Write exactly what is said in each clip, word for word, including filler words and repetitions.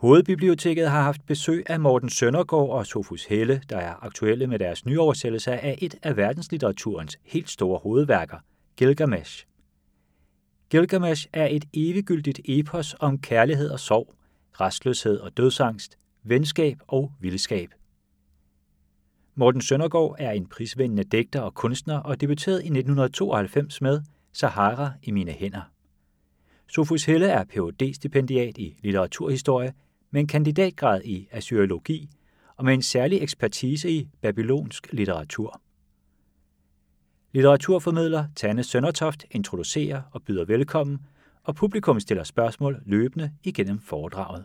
Hovedbiblioteket har haft besøg af Morten Søndergaard og Sophus Helle, der er aktuelle med deres nyoversættelse af et af verdenslitteraturens helt store hovedværker, Gilgamesh. Gilgamesh er et eviggyldigt epos om kærlighed og sorg, rastløshed og dødsangst, venskab og vildskab. Morten Søndergaard er en prisvindende digter og kunstner og debuterede i nitten tooghalvfems med Sahara i mine hænder. Sophus Helle er P H D-stipendiat i litteraturhistorie med en kandidatgrad i assyriologi og med en særlig ekspertise i babylonsk litteratur. Litteraturformidler Tanne Søndertoft introducerer og byder velkommen, og publikum stiller spørgsmål løbende igennem foredraget.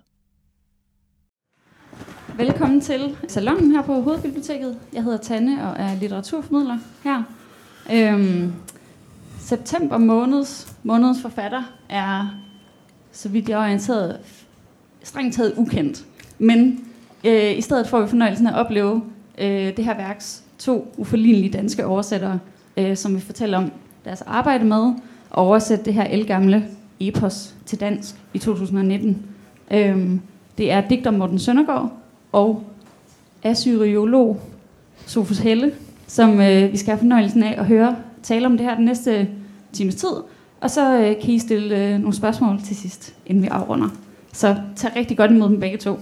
Velkommen til salonen her på Hovedbiblioteket. Jeg hedder Tanne og er litteraturformidler her. Øhm, september måneds, månedens forfatter er, så vidt jeg er orienteret, strengt taget ukendt. Men øh, i stedet får vi fornøjelsen af at opleve øh, det her værks to uforlignelige danske oversættere, øh, som vil fortælle om deres arbejde med at oversætte det her ældgamle epos til dansk i to tusind nitten. Øhm, det er digter Morten Søndergaard og assyriolog Sophus Helle, som øh, vi skal have fornøjelsen af at høre tale om det her den næste times tid. Og så øh, kan I stille øh, nogle spørgsmål til sidst, inden vi afrunder. Så tag rigtig godt imod dem begge to.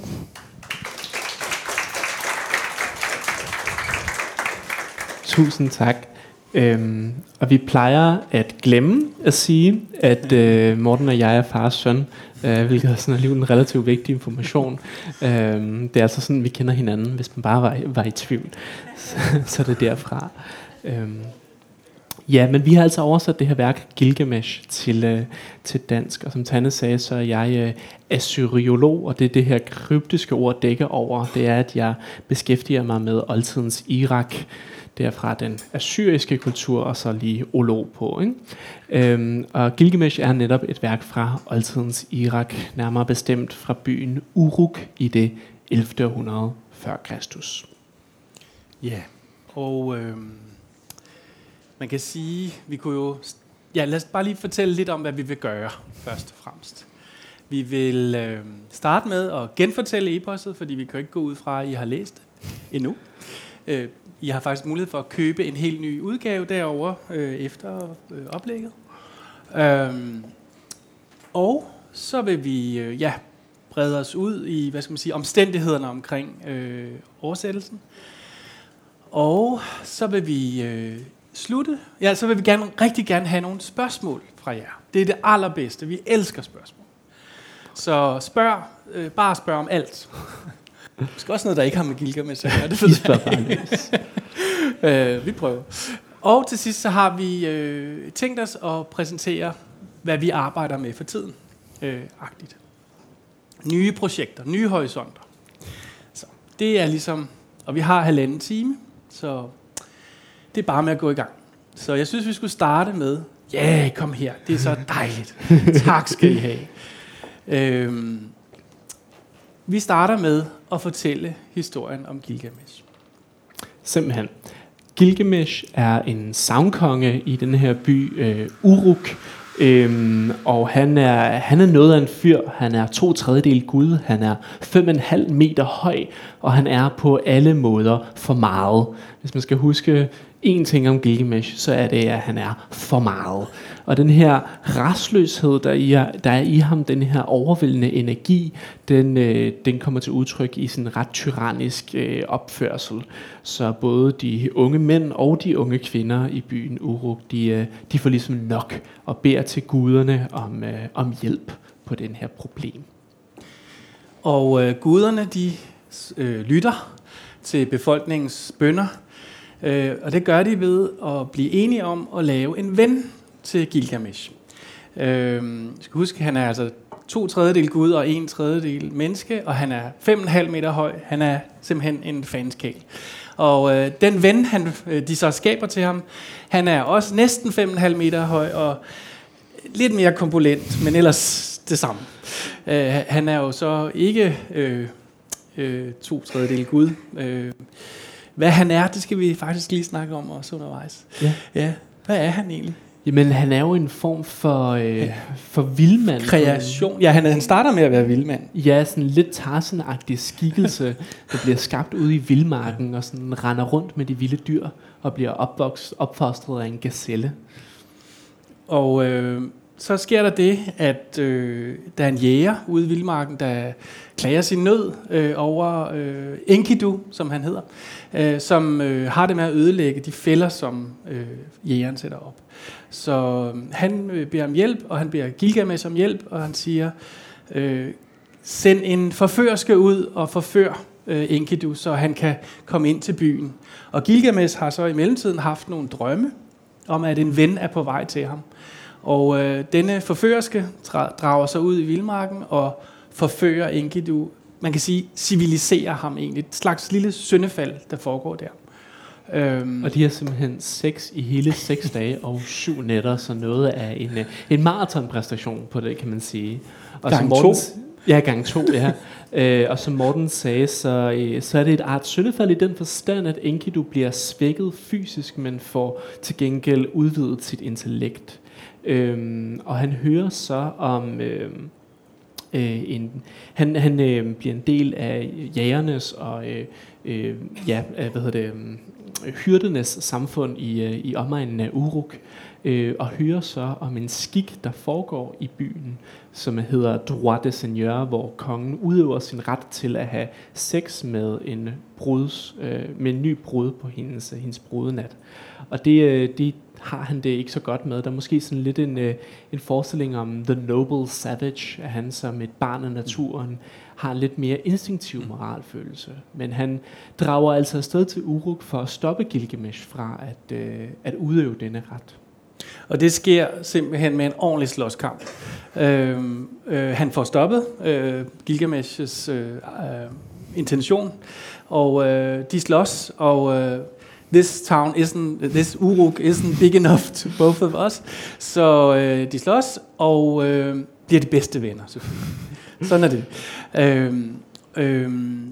Tusind tak. Øhm, og vi plejer at glemme at sige, at øh, Morten og jeg er far og søn, øh, hvilket er sådan alligevel en relativt vigtig information. øhm, det er altså sådan, vi kender hinanden, hvis man bare var, var i tvivl. Så, så er det derfra. Øhm, ja, men vi har altså oversat det her værk, Gilgamesh, til, øh, til dansk. Og som Tanne sagde, så er jeg øh, assyriolog, og det er det her kryptiske ord dækker over. Det er, at jeg beskæftiger mig med oldtidens Irak, derfra den assyriske kultur, og så lige olog på. Ikke? Øhm, og Gilgamesh er netop et værk fra oldtidens Irak, nærmere bestemt fra byen Uruk i det ellevte århundrede før Kristus. Ja, og øh, man kan sige, vi kunne jo... Ja, lad os bare lige fortælle lidt om, hvad vi vil gøre, først og fremmest. Vi vil øh, starte med at genfortælle eposset, fordi vi kan ikke gå ud fra, at I har læst det endnu. Øh, I har faktisk mulighed for at købe en helt ny udgave derovre øh, efter øh, oplægget. Øhm, og så vil vi øh, ja, brede os ud i, hvad skal man sige, omstændighederne omkring øh, oversættelsen. Og så vil vi øh, slutte. Ja, så vil vi gerne, rigtig gerne have nogle spørgsmål fra jer. Det er det allerbedste. Vi elsker spørgsmål. Så spørg, øh, bare spørg om alt. Måske også noget, der ikke har med Gilgamesh at gøre. Det ved øh, vi prøver. Og til sidst så har vi øh, tænkt os at præsentere, hvad vi arbejder med for tiden. Øh, agtigt. Nye projekter, nye horisonter. Så det er ligesom, og vi har halvanden time, så det er bare med at gå i gang. Så jeg synes, vi skulle starte med, ja, yeah, kom her, det er så dejligt. Tak skal I have. Øh, Vi starter med at fortælle historien om Gilgamesh. Simpelthen. Gilgamesh er en sagnkonge i den her by øh, Uruk, øhm, og han er, han er noget af en fyr. Han er to tredjedel Gud, han er fem og en halv meter høj, og han er på alle måder for meget. Hvis man skal huske en ting om Gilgamesh, så er det, at han er for meget. Og den her rastløshed, der, i er, der er i ham, den her overvældende energi, den, øh, den kommer til udtryk i sådan en ret tyrannisk øh, opførsel. Så både de unge mænd og de unge kvinder i byen Uruk, de, øh, de får ligesom nok og beder til guderne om, øh, om hjælp på den her problem. Og øh, guderne, de øh, lytter til befolkningens bønner, øh, og det gør de ved at blive enige om at lave en ven til Gilgamesh. Øh, jeg skal huske, han er altså to tredjedel Gud og en tredjedel menneske, og han er fem og en halv meter høj. Han er simpelthen en fanskæl. Og øh, den ven, han, de så skaber til ham, han er også næsten fem og en halv meter høj og lidt mere kompolent, men ellers det samme. Øh, han er jo så ikke øh, øh, to tredjedel Gud. Øh, hvad han er, det skal vi faktisk lige snakke om også undervejs. Ja. Ja, hvad er han egentlig? Jamen, han er jo en form for, øh, ja. for vildmand. Kreation. Ja, han, han starter med at være vildmand. Ja, sådan en lidt Tarzan-agtig skikkelse, der bliver skabt ude i vildmarken, og sådan render rundt med de vilde dyr, og bliver opvokset, opfostret af en gazelle. Og øh, så sker der det, at øh, der er en jæger ude i vildmarken, der klager sin nød øh, over øh, Enkidu, som han hedder, øh, som øh, har det med at ødelægge de fælder, som øh, jægeren sætter op. Så øh, han øh, beder om hjælp, og han beder Gilgamesh om hjælp, og han siger, øh, send en forførske ud og forfør øh, Enkidu, så han kan komme ind til byen. Og Gilgamesh har så i mellemtiden haft nogle drømme om, at en ven er på vej til ham. Og øh, denne forførske drager sig ud i vildmarken og forfører Enkidu. Man kan sige, civiliserer ham egentlig. Et slags lille syndefald, der foregår der. Øhm. Og de har simpelthen sex i hele seks dage og syv nætter, så noget af en, en maratonpræstation på det, kan man sige. Og gang Morten, to. Ja, gang to, ja. øh, og som Morten sagde, så, øh, så er det et art syndefald i den forstand, at Enkidu bliver svækket fysisk, men får til gengæld udvidet sit intellekt. Øhm, og han hører så om øh, øh, en, han, han øh, bliver en del af jægernes og øh, øh, ja, hvad hedder det, øh, hyrdenes samfund i, øh, i omegnen af Uruk, øh, og hører så om en skik, der foregår i byen, som hedder droit de seigneur, hvor kongen udøver sin ret til at have sex med en bruds, øh, med en ny brud på hendes, hendes brudenat. Og det, øh, det har han det ikke så godt med. Der er måske sådan lidt en, øh, en forestilling om The Noble Savage, at han som et barn af naturen har en lidt mere instinktiv moralfølelse. Men han drager altså afsted til Uruk for at stoppe Gilgamesh fra at, øh, at udøve denne ret. Og det sker simpelthen med en ordentlig slåskamp. Øh, øh, han får stoppet øh, Gilgamesh's øh, øh, intention, og øh, de slås, og øh, this town isn't, this Uruk isn't big enough to both of us. Så øh, de slås, og øh, bliver de bedste venner, selvfølgelig. Sådan er det. Øh, øh,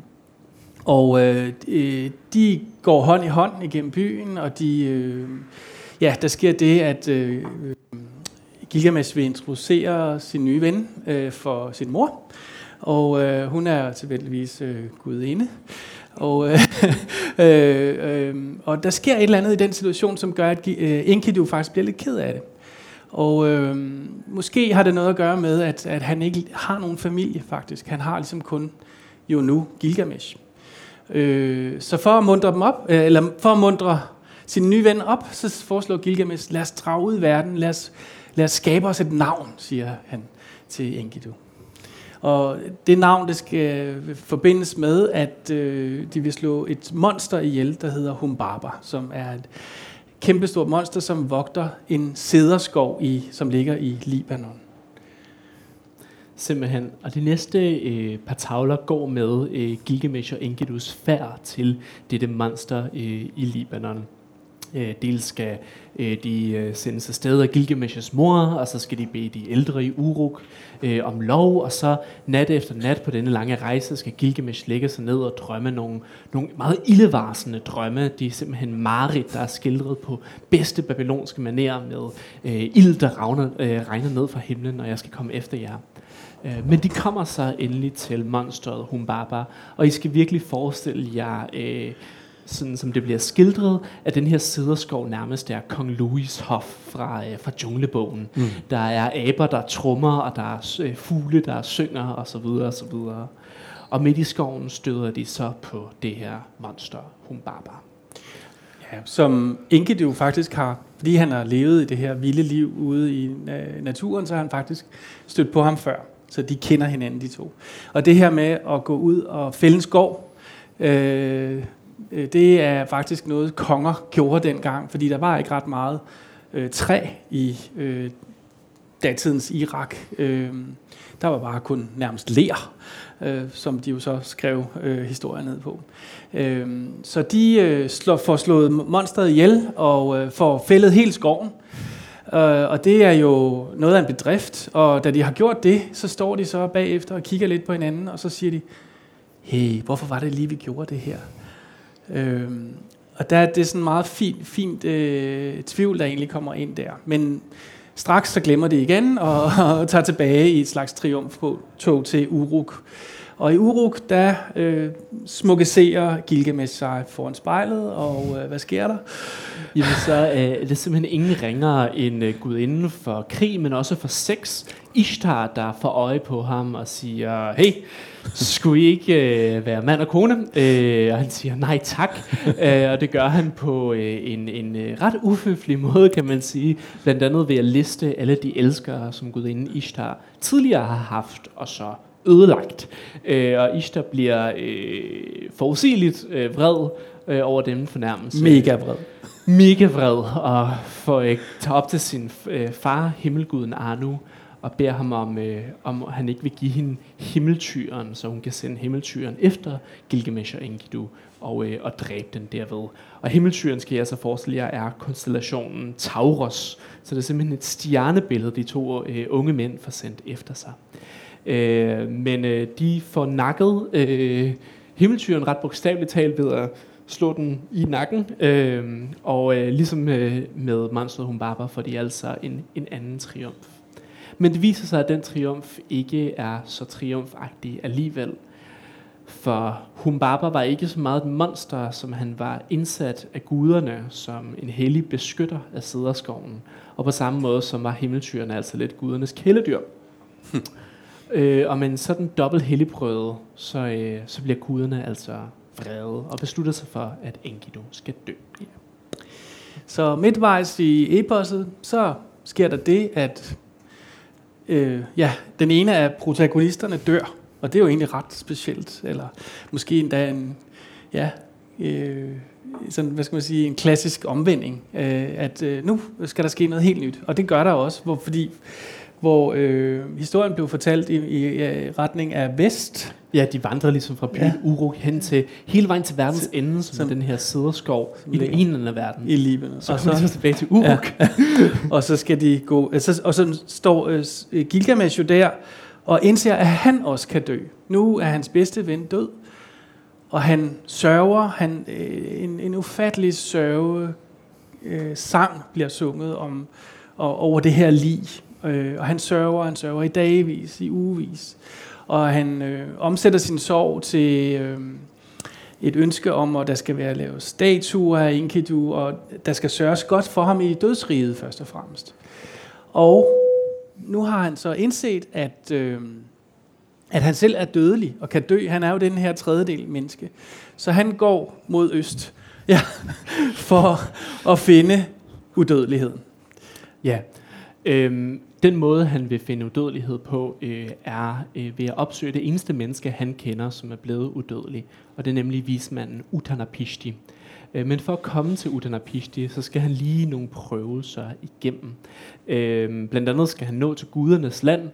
og øh, de går hånd i hånd igennem byen, og de... Øh, Ja, der sker det, at øh, Gilgamesh vil introducere sin nye ven øh, for sin mor, og øh, hun er tilfældigvis øh, gudinde. Og, øh, øh, øh, og der sker et eller andet i den situation, som gør, at øh, Enkidu faktisk bliver lidt ked af det. Og øh, måske har det noget at gøre med, at, at han ikke har nogen familie faktisk. Han har ligesom kun jo nu Gilgamesh. Øh, så for at muntre dem op, øh, eller for at muntre sin nye ven op, så foreslår Gilgamesh, lad os drage ud i verden, lad os, lad os skabe os et navn, siger han til Enkidu. Og det navn, det skal forbindes med, at øh, de vil slå et monster ihjel, der hedder Humbaba, som er et kæmpestort monster, som vogter en cederskov, i, som ligger i Libanon. Simpelthen. Og de næste øh, par tavler går med øh, Gilgamesh og Enkidus færd til dette monster øh, i Libanon. Øh, dels skal øh, de øh, sendes afsted af Gilgamesh's mor, og så skal de bede de ældre i Uruk øh, om lov, og så nat efter nat på denne lange rejse skal Gilgamesh lægge sig ned og drømme nogle, nogle meget ildevarsende drømme. De er simpelthen mareridt, der er skildret på bedste babylonske manér med øh, ild, der regner, øh, regner ned fra himlen, og jeg skal komme efter jer. Øh, men de kommer så endelig til monsteret Humbaba, og I skal virkelig forestille jer... Øh, sådan som det bliver skildret, at den her cederskov nærmest er Kong Louis hof fra, øh, fra Junglebogen. Mm. Der er aber, der trommer, og der er øh, fugle, der synger, og så videre, og så videre. Og midt i skoven støder de så på det her monster, Humbaba. Ja, som Enkidu faktisk har, fordi han har levet i det her vilde liv ude i øh, naturen, så har han faktisk stødt på ham før. Så de kender hinanden, de to. Og det her med at gå ud og fælde en skov, øh, det er faktisk noget, konger gjorde dengang, fordi der var ikke ret meget øh, træ i øh, datidens Irak. Øh, der var bare kun nærmest ler, øh, som de jo så skrev øh, historier ned på. Øh, så de øh, slår, får slået monsteret ihjel og øh, får fældet hele skoven. Øh, og det er jo noget af en bedrift, og da de har gjort det, så står de så bagefter og kigger lidt på hinanden, og så siger de, hey, hvorfor var det lige, vi gjorde det her? Øhm, og der er det sådan meget fint, fint øh, tvivl, der egentlig kommer ind der. Men straks så glemmer det igen, og, og tager tilbage i et slags triumftog til Uruk. Og i Uruk, der øh, smukkeserer Gilgamesh sig foran spejlet, og øh, hvad sker der? Jamen så øh, er det simpelthen ingen ringere end øh, gudinden for krig, men også for sex. Ishtar, der får øje på ham og siger, hey, skulle I ikke øh, være mand og kone? Øh, og han siger, nej tak. øh, og det gør han på øh, en, en øh, ret uhøflig måde, kan man sige. Blandt andet ved at liste alle de elskere, som gudinden Ishtar tidligere har haft, og så ødelagt. Øh, og Ishtar bliver øh, forudsigeligt øh, vred øh, over denne fornærmelse. Mega vred. Mega vred, og får øh, tage op til sin øh, far, himmelguden Anu, og beder ham om, øh, om han ikke vil give hende himmeltyren, så hun kan sende himmeltyren efter Gilgamesh og Enkidu, og, øh, og dræbe den derved. Og himmeltyren, skal jeg så forestille jer, er konstellationen Taurus, så det er simpelthen et stjernebillede, de to øh, unge mænd får sendt efter sig. Øh, men øh, de får nakket øh, himmeltyren ret bogstaveligt talt ved at slå den i nakken, øh, og øh, ligesom øh, med monsteret Humbaba får de altså en, en anden triumf. Men det viser sig, at den triumf ikke er så triumfagtig alligevel, for Humbaba var ikke så meget et monster, som han var indsat af guderne som en hellig beskytter af Cederskoven, og på samme måde som var himmeltyren altså lidt gudernes kæledyr. Hm. Øh, og med en sådan dobbelt helligprøve, så, øh, så bliver guderne altså vrede og beslutter sig for, at Enkidu skal dø. Ja. Så midtvejs i eposset, så sker der det, at øh, ja, den ene af protagonisterne dør, og det er jo egentlig ret specielt, eller måske endda en, ja, øh, sådan, hvad skal man sige, en klassisk omvending, øh, at øh, nu skal der ske noget helt nyt, og det gør der også, hvor, fordi hvor øh, historien blev fortalt i, i, i retning af vest. Ja, de vandrer ligesom fra byen ja. Uruk hen til hele vejen til verdens ende, som, som den her Cederskov i den ene af verden. I Libanon. Så kommer de så tilbage til Uruk. Ja. Og så skal de gå, altså, og så står øh, Gilgamesh jo der og indser, at han også kan dø. Nu er hans bedste ven død, og han sørger, han, øh, en, en ufattelig sørge øh, sang bliver sunget om, og, over det her lig. Øh, og han sørger, han sørger i dagevis, i ugevis. Og han øh, omsætter sin sorg til øh, et ønske om, at der skal være lavet statuer af Enkidu, og der skal sørges godt for ham i dødsriget først og fremmest. Og nu har han så indset, at, øh, at han selv er dødelig og kan dø. Han er jo den her tredjedel menneske. Så han går mod øst ja, for at finde udødeligheden. Ja, øhm, den måde, han vil finde udødelighed på, øh, er øh, ved at opsøge det eneste menneske, han kender, som er blevet udødelig. Og det er nemlig vismanden Uttanapishti. Øh, men for at komme til Uttanapishti, så skal han lige nogle prøvelser igennem. Øh, blandt andet skal han nå til gudernes land.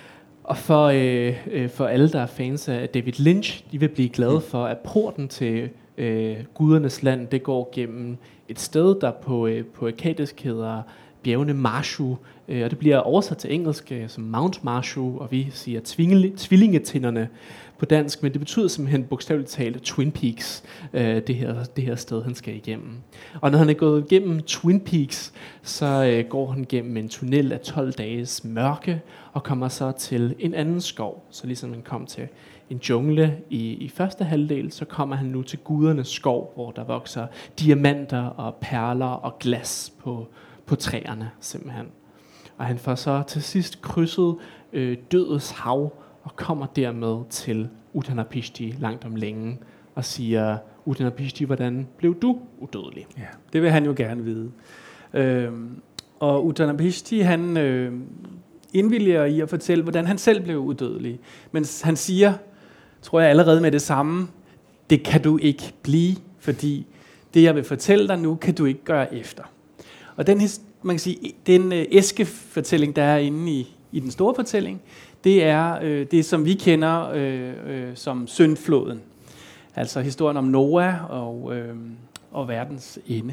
Og for, øh, øh, for alle, der er fans af David Lynch, de vil blive glade for, at porten til øh, gudernes land, det går gennem et sted, der på, øh, på akkadisk hedder bjergene Marshu, øh, og det bliver oversat til engelsk øh, som Mount Marshu, og vi siger tvingel- tvillingetinderne på dansk, men det betyder simpelthen bogstaveligt talt Twin Peaks, øh, det, her, det her sted, han skal igennem. Og når han er gået igennem Twin Peaks, så øh, går han gennem en tunnel af tolv dages mørke, og kommer så til en anden skov. Så ligesom han kom til en jungle i, i første halvdel, så kommer han nu til gudernes skov, hvor der vokser diamanter og perler og glas på, på træerne simpelthen. Og han får så til sidst krydset øh, dødets hav, og kommer dermed til Uttanapishti langt om længe, og siger, Uttanapishti, hvordan blev du udødelig? Ja, det vil han jo gerne vide. Øhm, og Uttanapishti, han øh, indvilliger i at fortælle, hvordan han selv blev udødelig. Men han siger, tror jeg allerede med det samme, det kan du ikke blive, fordi det, jeg vil fortælle dig nu, kan du ikke gøre efter. Og den, man kan sige, den øh, æskefortælling, der er inde i, i den store fortælling, det er øh, det, som vi kender øh, øh, som syndfloden. Altså historien om Noah og, øh, og verdens ende.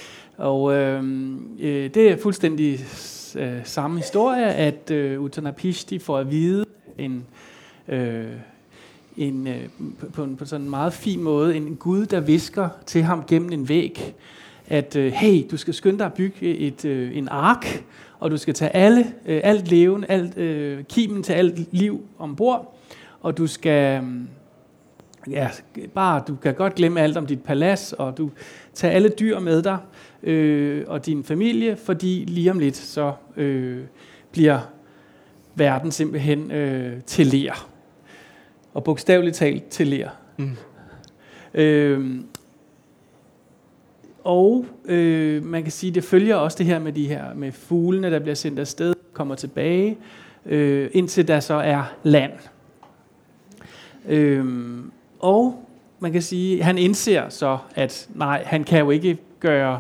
Og øh, øh, det er fuldstændig øh, samme historie, at øh, Uttanapishti får at vide en, øh, en, øh, på, på, en, på sådan en meget fin måde, en Gud, der visker til ham gennem en væg, at øh, hey, du skal skynde dig at bygge et, øh, en ark, og du skal tage alle, øh, alt leven, alt, øh, kimen til alt liv ombord, og du skal, ja, bare, du kan godt glemme alt om dit palads, og du tager alle dyr med dig, øh, og din familie, fordi lige om lidt, så øh, bliver verden simpelthen øh, til ler. Og bogstaveligt talt til ler. Mm. Øh, og øh, man kan sige, det følger også det her med de her med fuglene, der bliver sendt afsted, kommer tilbage, øh, indtil der så er land. Øhm, og man kan sige, han indser så, at nej, han kan jo ikke gøre,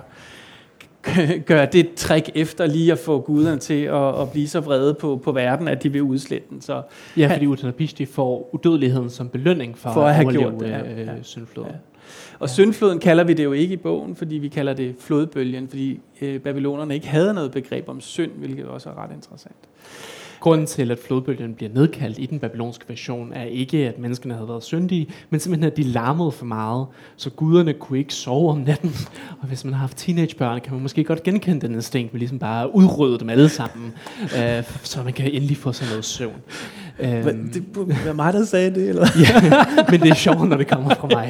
gøre det trick efter lige at få guderne til at, at blive så vrede på, på verden, at de vil udslætte den. Så ja, fordi Utnapishtim får udødeligheden som belønning for, for at, at have overleve gjort det, ja, øh, ja. syndfloden. Ja. Og ja. Syndfloden kalder vi det jo ikke i bogen, fordi vi kalder det flodbølgen, fordi øh, babylonerne ikke havde noget begreb om synd, hvilket også er ret interessant. Grunden til, at flodbølgen bliver nedkaldt i den babylonske version, er ikke, at menneskene havde været syndige, men simpelthen, at de larmede for meget, så guderne kunne ikke sove om natten. Og hvis man har haft teenagebørn, kan man måske godt genkende den instinkt, med ligesom bare udrydde dem alle sammen, øh, så man kan endelig få sig noget søvn. Øhm, det burde være mig, der sagde det, eller? Ja, men det er sjovt, når det kommer fra mig.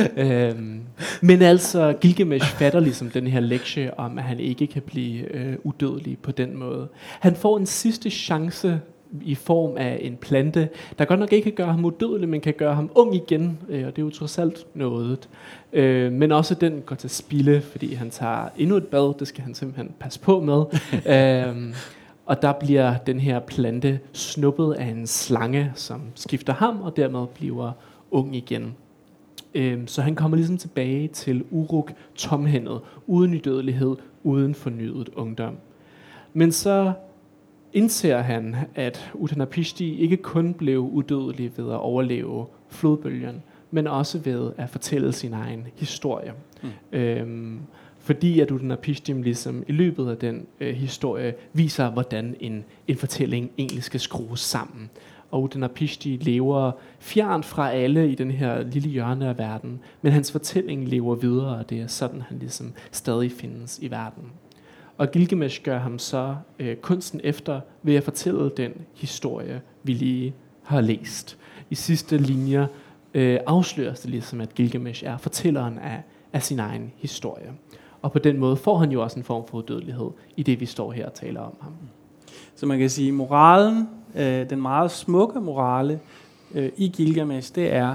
øhm, men altså, Gilgamesh fatter ligesom den her lektie om, at han ikke kan blive øh, udødelig på den måde. Han får en sidste chance i form af en plante, der godt nok ikke kan gøre ham udødelig, men kan gøre ham ung igen, øh, og det er jo trods alt noget. Øh, men også den går til spilde, fordi han tager endnu et bad, det skal han simpelthen passe på med. øhm, Og der bliver den her plante snuppet af en slange, som skifter ham, og dermed bliver ung igen. Øhm, så han kommer ligesom tilbage til Uruk tomhændet, uden udødelighed, uden fornyet ungdom. Men så indser han, at Utnapishtim ikke kun blev udødelig ved at overleve flodbølgen, men også ved at fortælle sin egen historie. Mm. Øhm, Fordi at Utnapishtim ligesom i løbet af den øh, historie viser, hvordan en, en fortælling egentlig skal skrues sammen. Og Utnapishtim lever fjernt fra alle i den her lille hjørne af verden, men hans fortælling lever videre, og det er sådan, han ligesom stadig findes i verden. Og Gilgamesh gør ham så øh, kunsten efter ved at fortælle den historie, vi lige har læst. I sidste linjer øh, afsløres det ligesom, at Gilgamesh er fortælleren af, af sin egen historie. Og på den måde får han jo også en form for udødelighed i det, vi står her og taler om ham. Så man kan sige, moralen, øh, den meget smukke morale øh, i Gilgamesh, det er,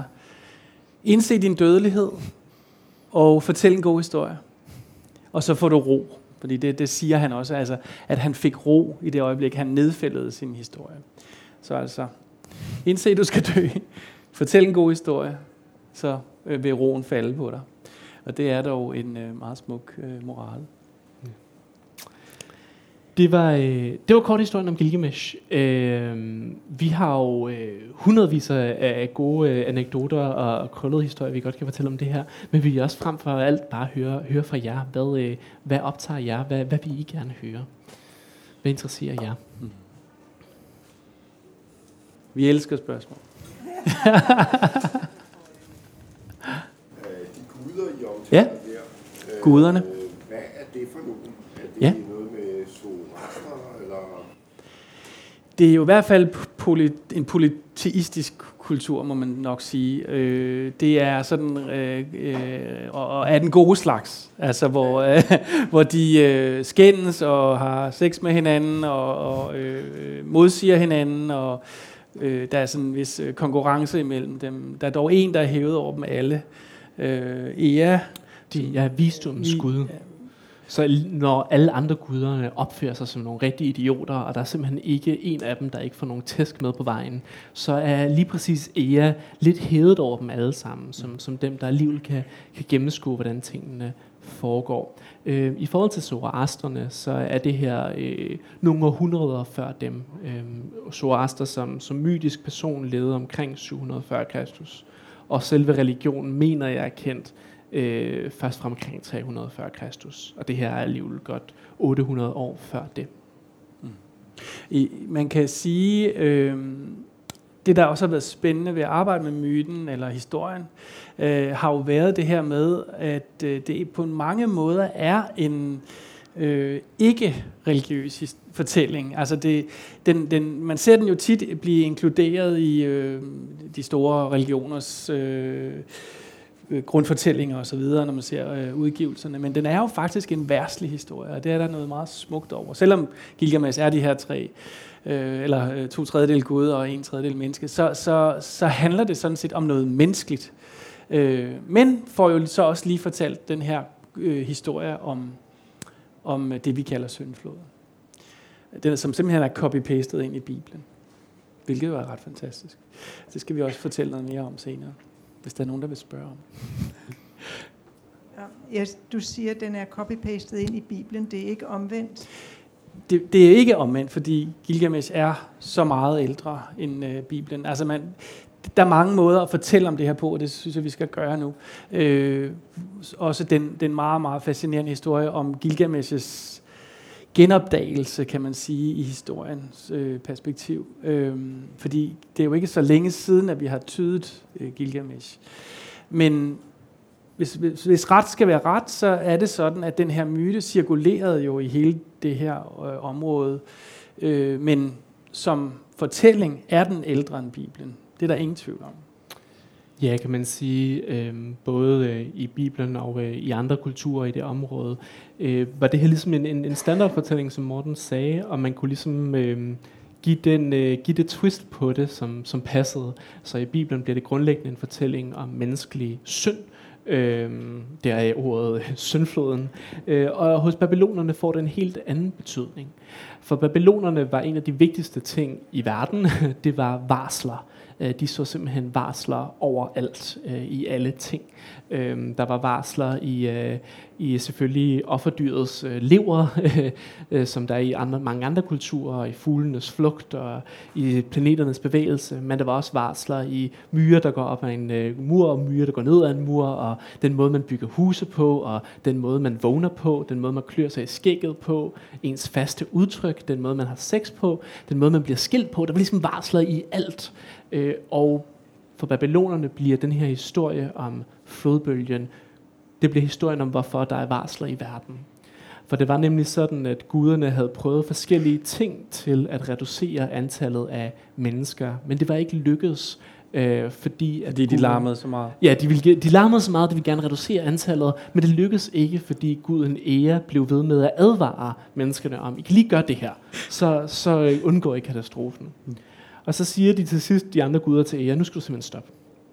indse din dødelighed og fortæl en god historie. Og så får du ro. Fordi det, det siger han også, altså, at han fik ro i det øjeblik, han nedfældede sin historie. Så altså, indse du skal dø, fortæl en god historie, så øh, vil roen falde på dig. Og det er dog en øh, meget smuk øh, moral. Det var, øh, det var kort historien om Gilgamesh. Øh, vi har jo øh, hundredvis af gode øh, anekdoter og, og krøllede historier, vi godt kan fortælle om det her. Men vi vil også frem for alt bare høre, høre fra jer. Hvad, øh, hvad optager jer? Hvad, hvad vil I gerne høre? Hvad interesserer jer? Mm. Vi elsker spørgsmål. Ja, guderne. Hvad er det for nogen? Er det ja. noget med zoroaster, eller? Det er jo i hvert fald poly- en polyteistisk kultur, må man nok sige. Øh, det er sådan, øh, øh, og, og er den gode slags, altså hvor, øh, hvor de øh, skændes og har sex med hinanden og, og øh, modsiger hinanden, og øh, der er sådan en vis konkurrence imellem dem. Der er dog en, der er hævet over dem alle. Øh, ja, de er visdommens Gud. Ja. Så når alle andre guderne opfører sig som nogle rigtige idioter, og der er simpelthen ikke en af dem, der ikke får nogen tæsk med på vejen, så er lige præcis Ea lidt hævet over dem alle sammen, som, som dem, der alligevel kan, kan gennemskue, hvordan tingene foregår. Øh, I forhold til zoroastrene, så er det her øh, nogle århundreder før dem. Øh, Zoroaster som, som mytisk person levede omkring syv hundrede før Kristus. Og selve religionen, mener jeg, er kendt øh, først fra omkring tre hundrede før Kristus. Og det her er alligevel godt otte hundrede år før det. Mm. I, man kan sige, øh, det, der også har været spændende ved at arbejde med myten eller historien, øh, har jo været det her med, at øh, det på mange måder er en øh, ikke-religiøs fortælling. Altså det, den, den, man ser den jo tit blive inkluderet i øh, de store religioners øh, grundfortællinger og så videre, når man ser øh, udgivelserne. Men den er jo faktisk en verdslig historie, og det er der noget meget smukt over. Selvom Gilgamesh er de her tre, øh, eller øh, to tredjedel Gud og en tredjedel menneske, så, så, så handler det sådan set om noget menneskeligt. Øh, men får jo så også lige fortalt den her øh, historie om, om det, vi kalder syndfloden. Den, som simpelthen er copy-pastet ind i Bibelen. Hvilket jo er ret fantastisk. Det skal vi også fortælle noget mere om senere, hvis der er nogen, der vil spørge om. Ja, du siger, at den er copy-pastet ind i Bibelen. Det er ikke omvendt? Det, det er ikke omvendt, fordi Gilgamesh er så meget ældre end øh, Bibelen. Altså man, der er mange måder at fortælle om det her på, og det synes jeg, vi skal gøre nu. Øh, også den, den meget, meget fascinerende historie om Gilgamesh's genopdagelse, kan man sige, i historiens øh, perspektiv. Øh, fordi det er jo ikke så længe siden, at vi har tydet øh, Gilgamesh. Men hvis, hvis, hvis ret skal være ret, så er det sådan, at den her myte cirkulerede jo i hele det her øh, område. Øh, men som fortælling er den ældre end Bibelen. Det er der ingen tvivl om. Ja, kan man sige, øh, både øh, i Bibelen og øh, i andre kulturer i det område, øh, var det her ligesom en, en, en standardfortælling, som Morten sagde, og man kunne ligesom øh, give, den, øh, give det twist på det, som, som passede. Så i Bibelen bliver det grundlæggende en fortælling om menneskelig synd. Øh, der er ordet syndfloden. Øh, og hos babylonerne får det en helt anden betydning. For babylonerne var en af de vigtigste ting i verden, det var varsler. De så simpelthen varsler overalt øh, i alle ting. Øh, der var varsler i, øh, i selvfølgelig offerdyrets øh, lever, øh, som der er i andre, mange andre kulturer, i fuglenes flugt og i planeternes bevægelse. Men der var også varsler i myrer, der går op ad en øh, mur, og myrer, der går ned ad en mur, og den måde, man bygger huse på, og den måde, man vågner på, den måde, man klør sig i skægget på, ens faste udtryk, den måde, man har sex på, den måde, man bliver skilt på. Der var ligesom varsler i alt. Øh, og for babylonerne bliver den her historie om flodbølgen, det bliver historien om, hvorfor der er varsler i verden. For det var nemlig sådan, at guderne havde prøvet forskellige ting til at reducere antallet af mennesker, men det var ikke lykkedes, øh, fordi... At fordi de larmede så meget. Ja, de, ville, de larmede så meget, de ville gerne reducere antallet, men det lykkedes ikke, fordi guden Ea blev ved med at advare menneskerne om, I kan lige gøre det her, så, så undgår I katastrofen. Mm. Og så siger de til sidst, de andre guder til Ea, nu skal du simpelthen stoppe.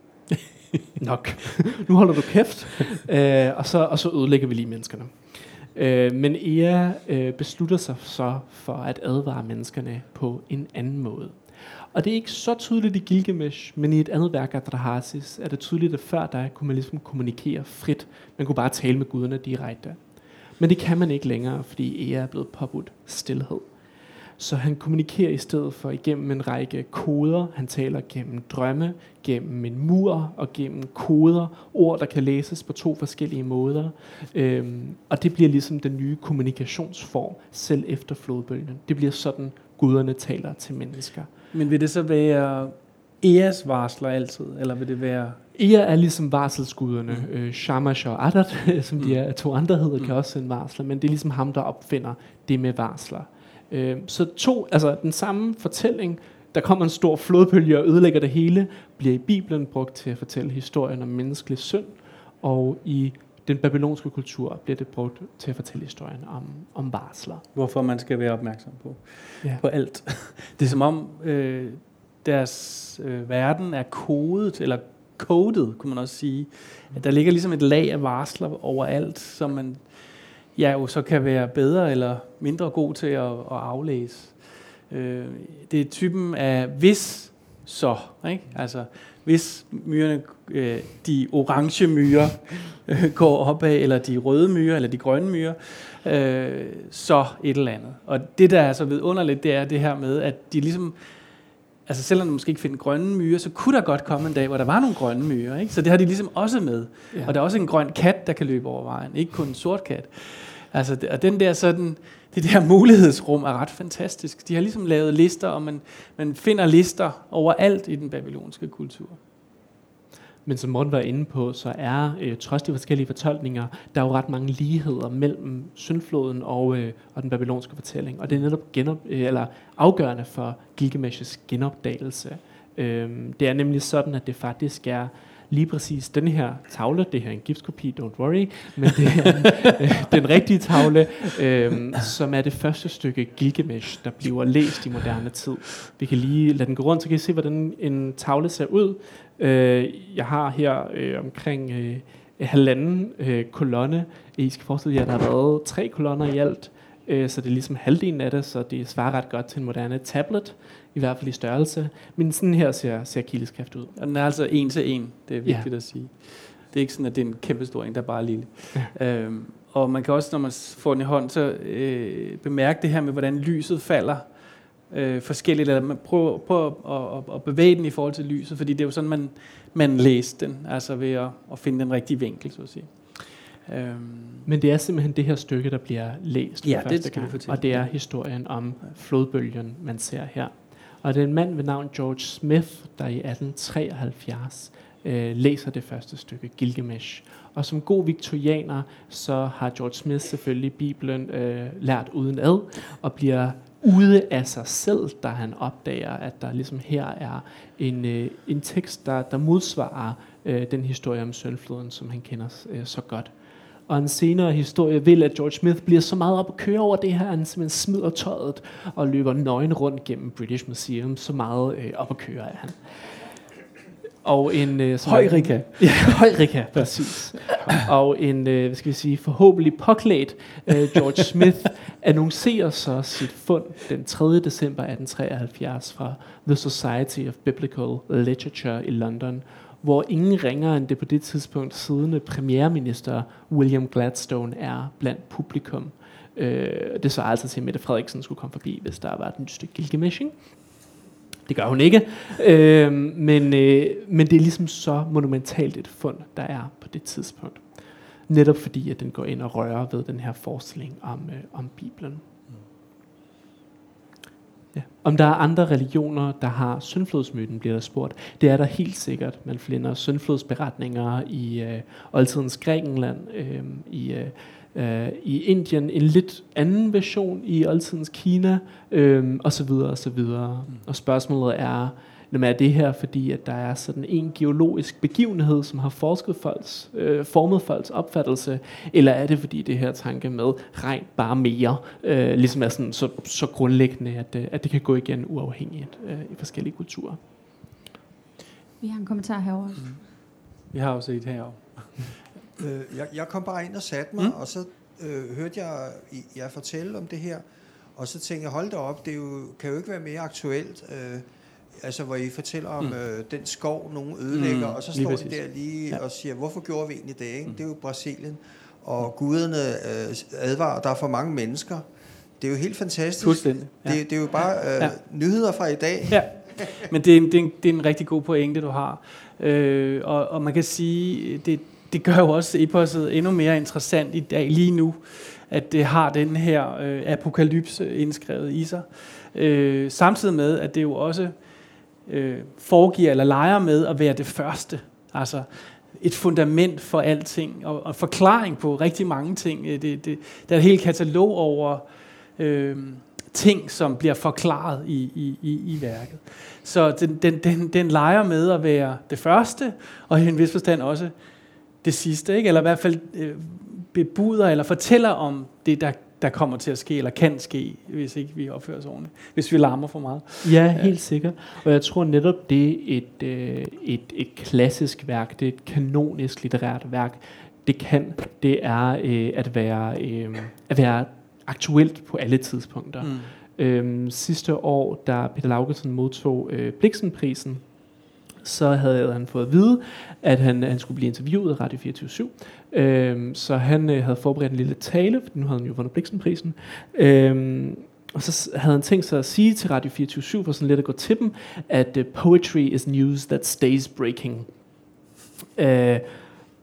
Nok. Nu holder du kæft, øh, og, så, og så ødelægger vi lige menneskerne. Øh, men Ea øh, beslutter sig så for at advare menneskerne på en anden måde. Og det er ikke så tydeligt i Gilgamesh, men i et andet værk, Atrahasis, er det tydeligt, at før der kunne man ligesom kommunikere frit. Man kunne bare tale med guderne direkte. Men det kan man ikke længere, fordi Ea er blevet påbudt stilhed. Så han kommunikerer i stedet for igennem en række koder. Han taler gennem drømme, gennem en mur og gennem koder. Ord, der kan læses på to forskellige måder. Øhm, og det bliver ligesom den nye kommunikationsform, selv efter flodbølgen. Det bliver sådan, guderne taler til mennesker. Men vil det så være Eas varsler altid, eller vil det være... Ea er ligesom varselsguderne. Mm. Øh, Shamash og Adat, som de er to andre hedder, mm. kan også sende varsler. Men det er ligesom ham, der opfinder det med varsler. Så to, altså den samme fortælling, der kommer en stor flodbølge og ødelægger det hele, bliver i Bibelen brugt til at fortælle historien om menneskelig synd, og i den babylonske kultur bliver det brugt til at fortælle historien om, om varsler. Hvorfor man skal være opmærksom på, ja. på alt. Det er som om øh, deres øh, verden er kodet, eller kodet, kunne man også sige. At der ligger ligesom et lag af varsler overalt, som man... ja, jo så kan være bedre eller mindre god til at, at aflæse. Øh, det er typen af hvis så, ikke? Altså hvis myrerne, øh, de orange myrer øh, går opad, eller de røde myrer, eller de grønne myrer, øh, så et eller andet. Og det der er så vidunderligt, det er det her med, at de ligesom, altså selvom de måske ikke finder grønne myrer, så kunne der godt komme en dag, hvor der var nogle grønne myrer, ikke? Så det har de ligesom også med. Ja. Og der er også en grøn kat, der kan løbe over vejen, ikke kun en sort kat. Altså, det, og den der sådan, det der mulighedsrum er ret fantastisk. De har ligesom lavet lister, og man, man finder lister overalt i den babylonske kultur. Men som Morten var inde på, så er, øh, trods de forskellige fortolkninger, der er jo ret mange ligheder mellem syndfloden og, øh, og den babylonske fortælling. Og det er netop genop, øh, eller afgørende for Gilgamesh's genopdagelse. Øh, det er nemlig sådan, at det faktisk er lige præcis den her tavle, det her er en gipskopi, don't worry, men det er øh, den rigtige tavle, øh, som er det første stykke Gilgamesh, der bliver læst i moderne tid. Vi kan lige lade den gå rundt, så kan I se, hvordan en tavle ser ud. Øh, jeg har her øh, omkring øh, halvanden øh, kolonne. I skal forestille jer, at der har været tre kolonner i alt, øh, så det er ligesom halvdelen af det, så det svarer ret godt til en moderne tablet, i hvert fald i størrelse. Men sådan her ser, ser kileskrift ud. Og den er altså en til en, det er vigtigt Ja. at sige. Det er ikke sådan, at det er en kæmpe stor en, der er bare lille. Ja. Øhm, og man kan også, når man får den i hånd, så øh, bemærke det her med, hvordan lyset falder øh, forskelligt. Eller man prøver, prøver at, at, at bevæge den i forhold til lyset, fordi det er jo sådan, man, man læser den, altså ved at, at finde den rigtige vinkel, så at sige. Øhm. Men det er simpelthen det her stykke, der bliver læst for Ja, det første skal vi gang, fortælle. og det er historien om flodbølgen, man ser her. Og det er en mand ved navn George Smith, der i atten treoghalvfjerds øh, læser det første stykke Gilgamesh. Og som god viktorianer, så har George Smith selvfølgelig Bibelen øh, lært uden ad, og bliver ude af sig selv, da han opdager, at der ligesom her er en, øh, en tekst, der, der modsvarer øh, den historie om syndfloden, som han kender øh, så godt. Og en senere historie vil, at George Smith bliver så meget op at køre over det her, at han simpelthen smider tøjet og løber nøgen rundt gennem British Museum. Så meget øh, op at køre er han. Og en øh, Højrika. Ja, højrika, præcis. Og en, øh, hvad skal vi sige, forhåbentlig påklædt øh, George Smith annoncerer så sit fund den tredje december atten treoghalvfjerds fra The Society of Biblical Literature i London, hvor ingen ringer end det på det tidspunkt siddende premierminister William Gladstone er blandt publikum. Øh, det så altså til, at Mette Frederiksen skulle komme forbi, hvis der var et nyt stykke Gilgamesh. Det gør hun ikke, øh, men, øh, men det er ligesom så monumentalt et fund, der er på det tidspunkt. Netop fordi, at den går ind og rører ved den her forestilling om, øh, om Bibelen. Ja. Om der er andre religioner, der har syndflodsmyten, bliver der spurgt. Det er der helt sikkert. Man finder syndflodsberetninger i øh, oldtidens Grækenland, øh, i, øh, i Indien, en lidt anden version i oldtidens Kina, øh, og så videre, og så videre. Mm. Og spørgsmålet er, er det her, fordi at der er sådan en geologisk begivenhed, som har forsket folks, øh, formet folks opfattelse, eller er det fordi det her tanke med regn bare mere, øh, ligesom er sådan så, så grundlæggende, at, at det kan gå igen uafhængigt øh, i forskellige kulturer. Vi har en kommentar herovre. Mm. Vi har også et herovre. øh, jeg, jeg kom bare ind og satte mig, mm. og så øh, hørte jeg jer fortælle om det her, og så tænkte jeg, hold da op, det jo, kan jo ikke være mere aktuelt. Øh, Altså, hvor I fortæller om mm. øh, den skov, nogen ødelægger, mm, og så står de der lige ja. og siger, hvorfor gjorde vi egentlig det? Ikke? Mm. Det er jo Brasilien, og guderne øh, advarer, der er for mange mennesker. Det er jo helt fantastisk. Ja. Det, det er jo bare øh, ja. nyheder fra i dag. Ja, men det er, en, det, er en, det er en rigtig god pointe, du har. Øh, og, og man kan sige, det, det gør jo også eposset endnu mere interessant i dag, lige nu, at det har den her øh, apokalypse indskrevet i sig. Øh, samtidig med, at det jo også Øh, foregiver eller leger med at være det første, altså et fundament for alting, og, og forklaring på rigtig mange ting. Det, det, der er et helt katalog over øh, ting, som bliver forklaret i, i, i, i værket. Så den, den, den, den leger med at være det første, og i en vis forstand også det sidste, ikke? Eller i hvert fald øh, bebuder eller fortæller om det, der der kommer til at ske, eller kan ske, hvis ikke vi opfører os ordentligt. Hvis vi larmer for meget. Ja, helt sikkert. Og jeg tror netop, det er et, øh, et, et klassisk værk, det er et kanonisk litterært værk. Det kan, det er øh, at, være, øh, at være aktuelt på alle tidspunkter. Mm. Øhm, sidste år, da Peter Laugesen modtog øh, Blixenprisen, så havde han fået at vide, at han, han skulle blive interviewet af Radio fireogtyve syv. Øhm, så han øh, havde forberedt en lille tale, for nu havde han jo vundet Blixenprisen. Øhm, og så havde han tænkt sig at sige til Radio fireogtyve syv, for sådan lidt at gå til dem, at uh, poetry is news that stays breaking. Øh,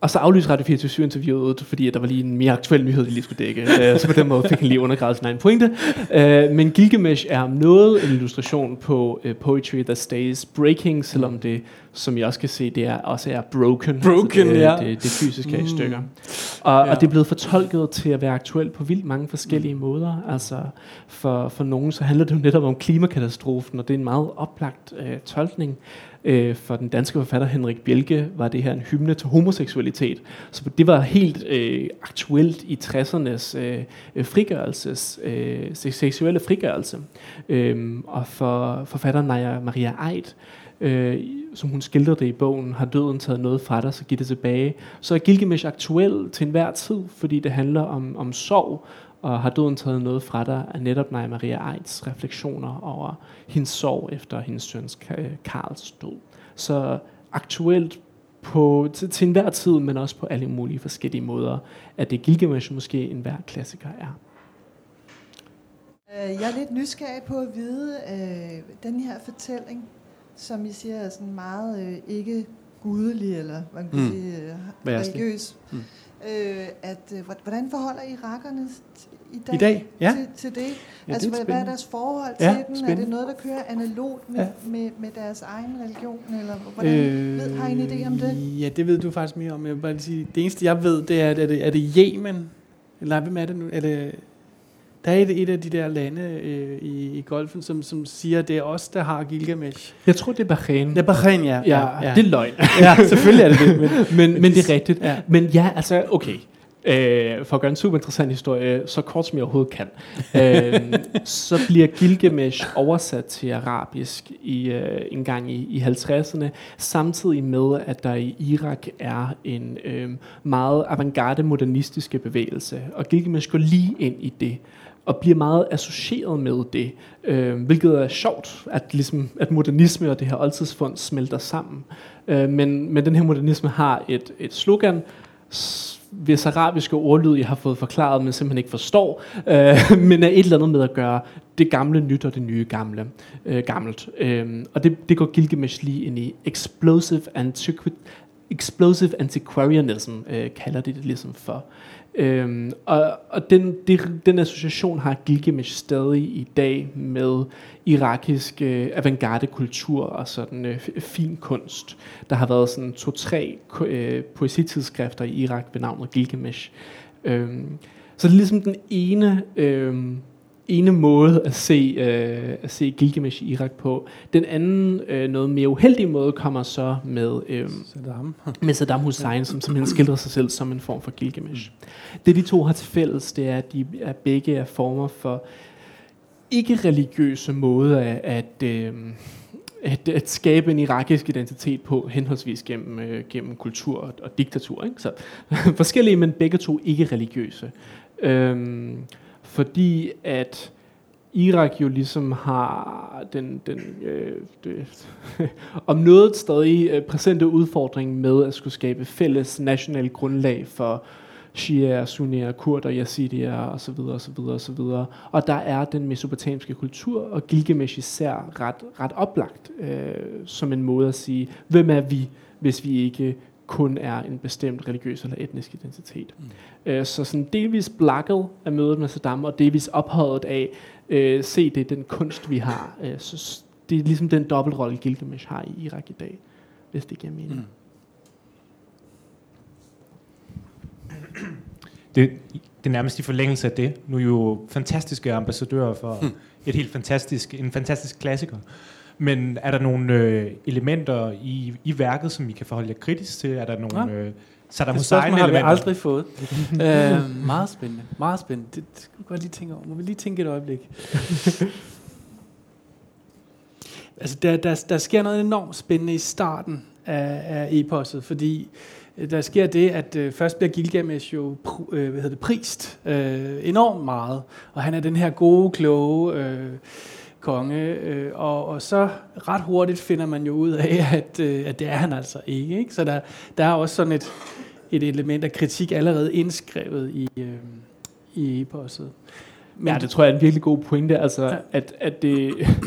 Og så aflyste Radio fireogtyve syv interviewet, fordi der var lige en mere aktuel nyhed, de lige skulle dække. Uh, så på den måde fik han lige undergravet sin egen pointe. Uh, men Gilgamesh er om noget en illustration på uh, Poetry That Stays Breaking, selvom det, som I også kan se, det er, også er broken. Broken, altså det, ja. Det, det fysiske mm. i stykker. Og, ja. og det er blevet fortolket til at være aktuelt på vildt mange forskellige mm. måder. Altså for, for nogen så handler det jo netop om klimakatastrofen, og det er en meget oplagt uh, tolkning. Øh, for den danske forfatter Henrik Bjelke var det her en hymne til homoseksualitet. Så det var helt øh, aktuelt i tressernes øh, frigørelses, øh, seksuelle frigørelse. Øhm, og for forfatteren Naja Maria Aidt, øh, som hun skildrer det i bogen, har døden taget noget fra dig, så giv det tilbage. Så er Gilgamesh aktuel til enhver tid, fordi det handler om, om sorg, og har døden taget noget fra dig af netop Naja Maria Aidts refleksioner over hendes sorg efter hendes søns Karls død. Så aktuelt på, til, til enhver tid, men også på alle mulige forskellige måder, at det Gilgamesh måske enhver klassiker er. Jeg er lidt nysgerrig på at vide, øh, den her fortælling, som I siger er sådan meget øh, ikke gudelig, eller man kan mm. sige øh, religiøs. Mm. Øh, at, øh, hvordan forholder irakerne i dag, I dag? Ja. Til, til det? Ja, altså, det er hvad er deres forhold ja, til den? spændende. Er det noget, der kører analogt med, ja. med, med deres egen religion? Eller hvordan, øh, ved, har I en idé om det? Ja, det ved du faktisk mere om. Jeg vil bare sige, det eneste, jeg ved, det er, er det, er det Yemen? Eller hvem er det nu? Er det, der er et, et af de der lande øh, i, i Golfen, som, som siger, at det er os, der har Gilgamesh. Jeg tror, det er Bahrain. Det er Bahrain, ja. Ja, ja, ja. det er løgn. Ja, selvfølgelig er det det. Men, men, men det er rigtigt. Ja. Men ja, altså, okay. Øh, for at gøre en super interessant historie, så kort som jeg overhovedet kan, øh, så bliver Gilgamesh oversat til arabisk i, øh, en gang i, i halvtredserne, samtidig med, at der i Irak er en øh, meget avantgarde modernistiske bevægelse, og Gilgamesh går lige ind i det, og bliver meget associeret med det, øh, hvilket er sjovt, at, ligesom, at modernisme og det her oldtidsfund smelter sammen. Øh, men, men den her modernisme har et, et slogan, hvis arabiske ordlyd, jeg har fået forklaret, men simpelthen ikke forstår, øh, men er et eller andet med at gøre det gamle nyt og det nye gamle, øh, gammelt. Øh, og det, det går Gilgamesh lige ind i. Explosive, antiqu- explosive antiquarianism øh, kalder det det ligesom for. Øhm, og og den, det, den association har Gilgamesh stadig i dag med irakisk øh, avantgarde kultur og sådan øh, fin kunst. Der har været sådan to-tre øh, poesitidsskrifter i Irak ved navnet Gilgamesh. Øhm, så det er ligesom den ene øh, ene måde at se, øh, at se Gilgamesh i Irak på. Den anden, øh, noget mere uheldige måde, kommer så med, øh, Saddam. med Saddam Hussein, som simpelthen skildrer sig selv som en form for Gilgamesh. Det de to har til fælles, det er, at de er begge er former for ikke-religiøse måder at, at, øh, at, at skabe en irakisk identitet på, henholdsvis gennem, øh, gennem kultur og, og diktatur. Ikke? Så forskellige, men begge to ikke-religiøse. Øh, Fordi at Irak jo ligesom har den, den øh, det, om noget stadig øh, præsente udfordring med at skulle skabe fælles national grundlag for Shia, Sunnier, kurder, Yazidier og så videre, og så videre, og så videre. Og der er den mesopotamiske kultur og Gilgamesh især ret, ret oplagt øh, som en måde at sige, hvem er vi, hvis vi ikke kun er en bestemt religiøs eller etnisk identitet. Mm. Øh, så sådan delvis blakket af mødet med Saddam, og delvis ophøjet af, øh, se det er den kunst, vi har. Øh, så det er ligesom den dobbeltrolle, Gilgamesh har i Irak i dag, hvis det giver mening. Mm. Det, det er nærmest i forlængelse af det. Nu er jo fantastiske ambassadører for mm. et helt fantastisk, en fantastisk klassiker. Men er der nogle øh, elementer i, i værket, som I kan forholde jer kritisk til? Er der nogle øh, Saddam Hussein-elementer? Det har vi aldrig fået. øh, meget spændende. Meget spændende. Det, det skal vi godt lige tænke over. Må vi lige tænke et øjeblik? altså, der, der, der sker noget enormt spændende i starten af, af eposset, fordi der sker det, at øh, først bliver Gilgamesh jo pr- øh, hvad hedder det, prist øh, enormt meget, og han er den her gode, kloge øh, konge, øh, og, og så ret hurtigt finder man jo ud af, at, øh, at det er han altså ikke. ikke? Så der, der er også sådan et, et element af kritik allerede indskrevet i, øh, i eposset. Men ja, det tror jeg er en virkelig god pointe, altså ja. at, at det...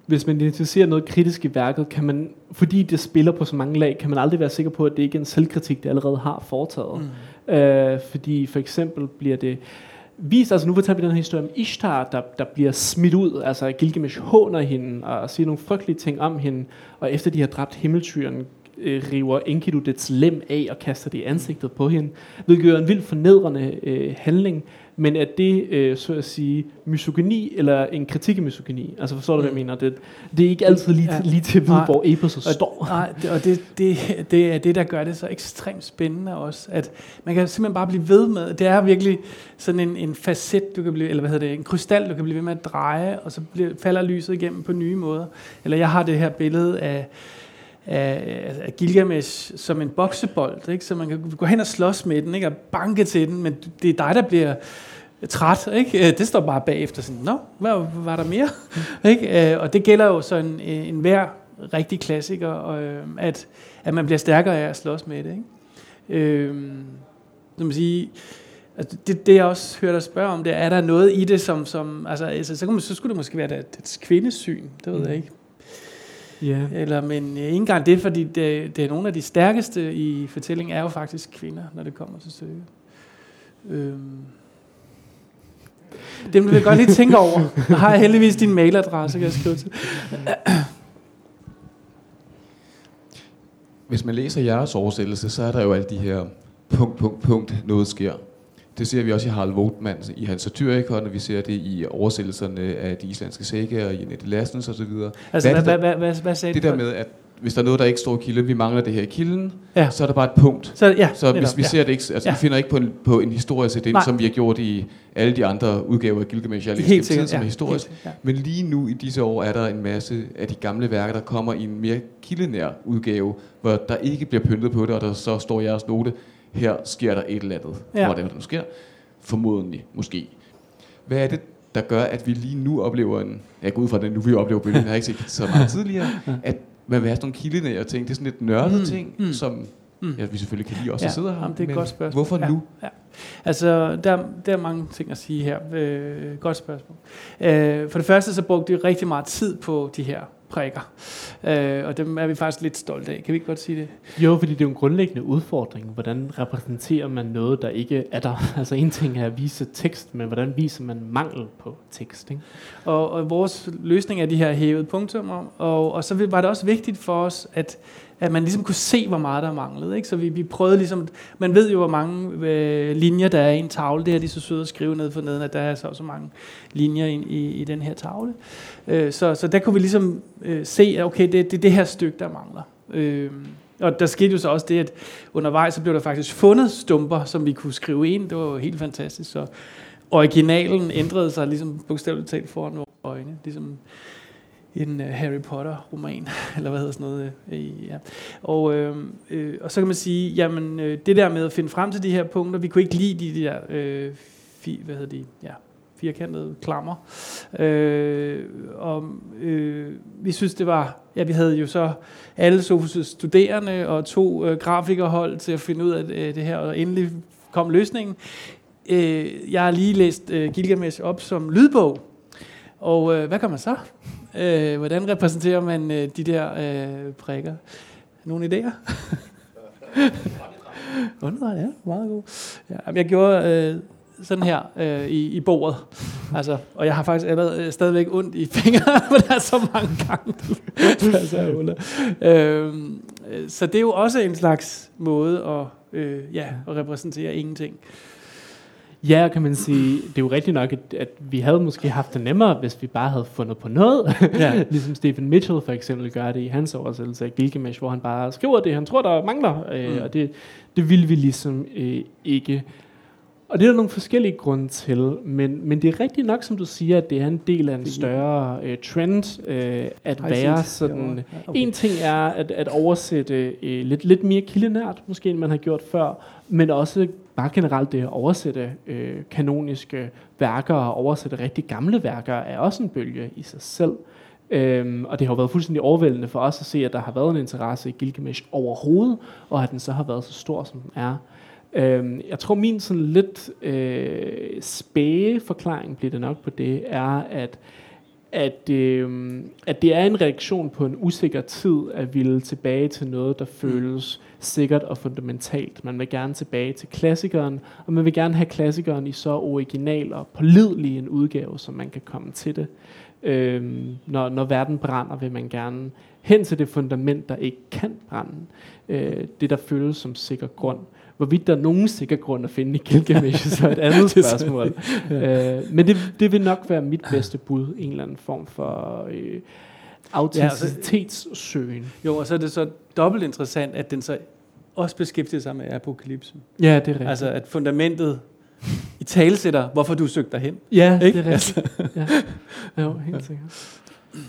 hvis man identificerer noget kritisk i værket, kan man, fordi det spiller på så mange lag, kan man aldrig være sikker på, at det ikke er en selvkritik, det allerede har foretaget. Mm. Øh, fordi for eksempel bliver det vist, altså nu fortæller vi den her historie om Ishtar, der, der bliver smidt ud, altså Gilgamesh håner hende og siger nogle frygtelige ting om hende, og efter de har dræbt himmeltyren, øh, river Enkidu dets lem af og kaster det i ansigtet på hende, hvilket er en vildt fornedrende øh, handling, men er det, øh, så at sige, misogyni eller en kritik af misogyni? Altså forstår du, hvad jeg mener? Det, det er ikke altid lige, ja. lige til at vide, hvor eposet står. Nej, det, og det, det, det er det, der gør det så ekstremt spændende også, at man kan simpelthen bare blive ved med, det er virkelig sådan en, en facet, du kan blive, eller hvad hedder det, en krystal, du kan blive ved med at dreje, og så bliver, falder lyset igennem på nye måder. Eller jeg har det her billede af, af, af Gilgamesh som en boksebold, ikke? Så man kan gå hen og slås med den, ikke? Og banke til den, men det er dig, der bliver træt, ikke? Det står bare bagefter sådan, nå, hvad var der mere? Ikke? Og det gælder jo sådan en, en hver rigtig klassiker, og, at, at man bliver stærkere af at slås med det, ikke? Øhm, som man siger, altså det, det jeg også hørte dig spørge om, det er, er der noget i det, som, som altså, altså så, kunne man, så skulle det måske være et, et kvindesyn, det ved jeg ikke. Yeah. Eller, men ikke engang det, fordi det, det er nogle af de stærkeste i fortællingen, er jo faktisk kvinder, når det kommer til stykket. Øhm. Det vil jeg godt lige tænke over. Jeg har heldigvis din mailadresse, kan jeg skrive til. Hvis man læser jeres oversættelse, så er der jo alle de her punkt, punkt, punkt, noget sker. Det ser vi også i Harald Voetmann i hans Satyricon, og vi ser det i oversættelserne af de islandske sagaer, i Annette Lassens osv. Altså, hvad, hvad, hvad, hvad, hvad sagde det du? der med, at hvis der er noget, der ikke står i kilden, vi mangler det her i kilden, ja. så er der bare et punkt. Så, ja, så hvis netop, vi ser ja. det ikke, altså ja. vi finder ikke på en, på en historie til det, som vi har gjort i alle de andre udgaver af Gilgamesh, jeg har læst tid, som er historisk. Ja. Men lige nu i disse år er der en masse af de gamle værker, der kommer i en mere kildenær udgave, hvor der ikke bliver pyntet på det, og der så står jeres note, her sker der et eller andet, ja. hvor det der sker. Formodentlig, måske. Hvad er det, der gør, at vi lige nu oplever en... Jeg går ud fra, at nu vi oplever bølgen, jeg har ikke set så meget tidligere, at man vil have sådan nogle kildenære ting. Det er sådan lidt nørdet mm, ting, mm, som mm. ja, vi selvfølgelig kan lide også ja, at sidde her. Jamen, det er et godt spørgsmål. Hvorfor ja, nu? Ja. Altså, der, der er mange ting at sige her. Øh, godt spørgsmål. Øh, for det første, så brugte vi rigtig meget tid på de her prikker. Øh, og dem er vi faktisk lidt stolte af. Kan vi ikke godt sige det? Jo, fordi det er jo en grundlæggende udfordring. Hvordan repræsenterer man noget, der ikke er der? Altså en ting er at vise tekst, men hvordan viser man mangel på tekst? Ikke? Og, og vores løsning er de her hævede punktummer. Og, og så var det også vigtigt for os, at at man ligesom kunne se, hvor meget der manglede. Ikke? Så vi, vi prøvede ligesom, man ved jo, hvor mange øh, linjer der er i en tavle. Det her, de er så søde at skrive ned for neden, at der er så, så mange linjer i, i, i den her tavle. Øh, så, så der kunne vi ligesom øh, se, at okay, det er det, det her stykke, der mangler. Øh, og der skete jo så også det, at undervejs så blev der faktisk fundet stumper, som vi kunne skrive ind. Det var jo helt fantastisk. Så originalen ændrede sig ligesom bogstaveligt talt foran vores øjne. Ligesom en uh, Harry Potter-roman, eller hvad hedder sådan noget. Øh, ja. og, øh, øh, og så kan man sige, jamen øh, det der med at finde frem til de her punkter, vi kunne ikke lide de der øh, fi, hvad hedder de, ja, firkantede klammer. Øh, og øh, vi synes det var, ja, vi havde jo så alle Sofus' studerende og to øh, grafikerhold til at finde ud af øh, det her, og endelig kom løsningen. Øh, jeg har lige læst øh, Gilgamesh op som lydbog, og øh, hvad kan man så? Øh, hvordan repræsenterer man øh, de der øh, prikker? Nogle idéer? Undret, ja, meget god. Ja, jeg gjorde øh, sådan her øh, i, i bordet, altså, og jeg har faktisk allerede, øh, stadigvæk ondt i fingrene, for der er så mange gange, der er så under. Øh, så det er jo også en slags måde at, øh, ja, at repræsentere ingenting. Ja, kan man sige, det er jo rigtigt nok, at, at vi havde måske haft det nemmere, hvis vi bare havde fundet på noget. Ja. Ligesom Stephen Mitchell for eksempel gør det i hans oversættelse af Gilgamesh, hvor han bare skriver det, han tror, der mangler. Mm. Øh, og det, det ville vi ligesom øh, ikke. Og det er der nogle forskellige grunde til, men, men det er rigtigt nok, som du siger, at det er en del af en større øh, trend, øh, at være sådan. Okay. En ting er at, at oversætte øh, lidt, lidt mere kildenært, måske end man har gjort før, men også bare generelt det at oversætte øh, kanoniske værker og oversætte rigtig gamle værker er også en bølge i sig selv. Øhm, og det har jo været fuldstændig overvældende for os at se, at der har været en interesse i Gilgamesh overhovedet, og at den så har været så stor, som den er. Øhm, jeg tror min sådan lidt øh, spæge forklaring bliver det nok på det, er at at, øh, at det er en reaktion på en usikker tid at ville tilbage til noget, der føles sikkert og fundamentalt. Man vil gerne tilbage til klassikeren, og man vil gerne have klassikeren i så original og pålidelig en udgave, som man kan komme til det. Øh, når, når verden brænder, vil man gerne hen til det fundament, der ikke kan brænde. Øh, det, der føles som sikker grund. Hvorvidt der er nogen sikker grund at finde i Gilgamesh, så er et andet spørgsmål. ja. øh, men det, det vil nok være mit bedste bud, en eller anden form for øh, autenticitetssøgen. Jo, og så er det så dobbelt interessant, at den så også beskæftiger sig med apokalypsen. Ja, det er rigtigt. Altså, at fundamentet i talesætter, hvorfor du søgte derhen. Ja, ikke? Det er rigtigt. ja. Jo, helt sikkert.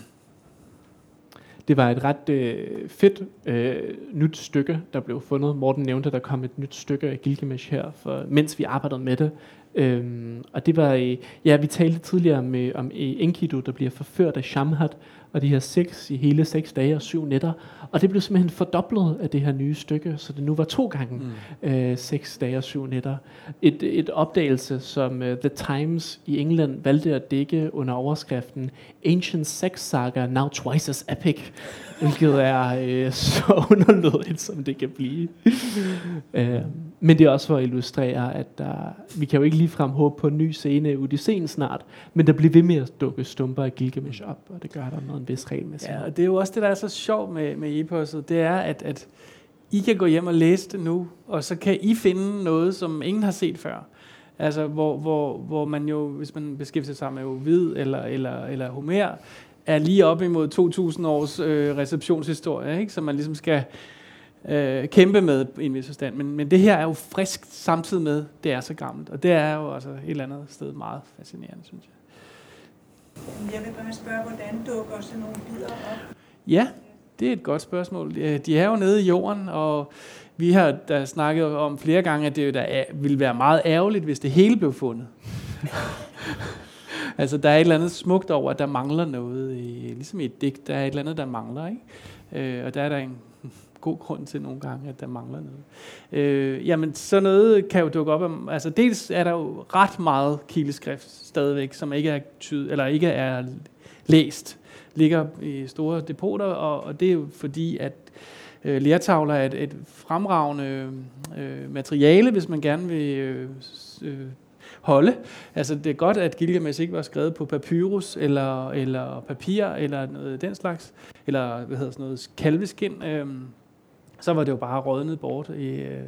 Det var et ret øh, fedt øh, nyt stykke, der blev fundet. Morten nævnte, at der kom et nyt stykke af Gilgamesh her, for, mens vi arbejdede med det. Øhm, og det var, øh, ja, vi talte tidligere med, om øh, Enkidu, der bliver forført af Shamhat, og de her seks i hele seks dage og syv nætter. Og det blev simpelthen fordoblet af det her nye stykke, så det nu var to gange mm. øh, seks dage og syv nætter. Et, et opdagelse, som uh, The Times i England valgte at dække under overskriften Ancient Sex Saga, now twice as epic, hvilket er øh, så underlødigt, som det kan blive. øh, men det er også for at illustrere, at der, vi kan jo ikke ligefrem håbe på en ny scene i Odysseen snart, men der bliver ved med at dukke stumper af Gilgamesh op, og det gør der noget en vis regelmæssigt. Ja, og det er jo også det, der er så sjovt med, med eposset, det er, at, at I kan gå hjem og læse det nu, og så kan I finde noget, som ingen har set før. Altså, hvor, hvor, hvor man jo, hvis man beskæftiger sig med Ovid eller, eller, eller Homer, er lige op imod to tusind års øh, receptionshistorie, ikke? Som man ligesom skal øh, kæmpe med i en vis forstand. Men, men det her er jo frisk samtidig med, det er så gammelt. Og det er jo altså et eller andet sted meget fascinerende, synes jeg. Jeg vil bare spørge, hvordan dukker sådan nogle bidder op? Ja, det er et godt spørgsmål. De er jo nede i jorden, og vi har da snakket om flere gange, at det der er, ville være meget ærgerligt, hvis det hele blev fundet. Altså, der er et eller andet smukt over, at der mangler noget. I, ligesom i et digt, der er et eller andet, der mangler, ikke? Øh, og der er der en god grund til nogle gange, at der mangler noget. Øh, jamen, sådan noget kan jo dukke op. Om, altså, dels er der jo ret meget kildeskrift stadigvæk, som ikke er tyd, eller ikke er læst, ligger i store depoter, og, og det er jo fordi, at øh, lertavler er et, et fremragende øh, materiale, hvis man gerne vil øh, øh, holde. Altså, det er godt, at Gilgamesh ikke var skrevet på papyrus, eller, eller papir, eller noget den slags, eller hvad hedder sådan noget, kalveskin. Øh, så var det jo bare rådnet bort i, øh,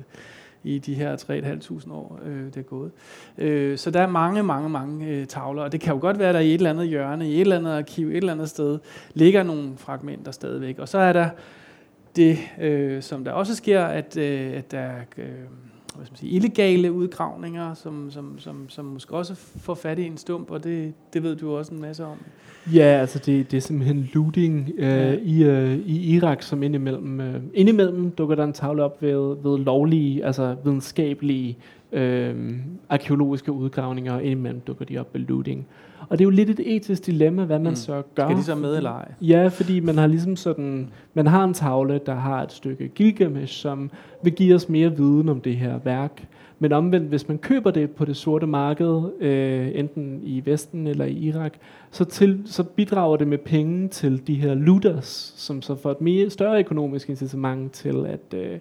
i de her tre tusind fem hundrede år, øh, det er gået. Øh, så der er mange, mange, mange øh, tavler, og det kan jo godt være, at der i et eller andet hjørne, i et eller andet arkiv, et eller andet sted, ligger nogle fragmenter stadigvæk. Og så er der det, øh, som der også sker, at, øh, at der er øh, hvad skal man sige, illegale udgravninger, som, som, som, som måske også får fat i en stump, og det, det ved du også en masse om. Ja, altså det, det er simpelthen looting øh, ja. i, øh, i Irak, som indimellem, øh, indimellem dukker der en tavle op ved, ved lovlige, altså videnskabelige øh, arkeologiske udgravninger, og indimellem dukker de op ved looting. Og det er jo lidt et etisk dilemma, hvad man mm. så gør. Skal de så med eller ej? Ja, fordi man har ligesom sådan, man har en tavle, der har et stykke Gilgamesh, som vil give os mere viden om det her værk. Men omvendt, hvis man køber det på det sorte marked, øh, enten i Vesten eller i Irak, så, til, så bidrager det med penge til de her looters, som så får et mere større økonomisk incitament til at, øh,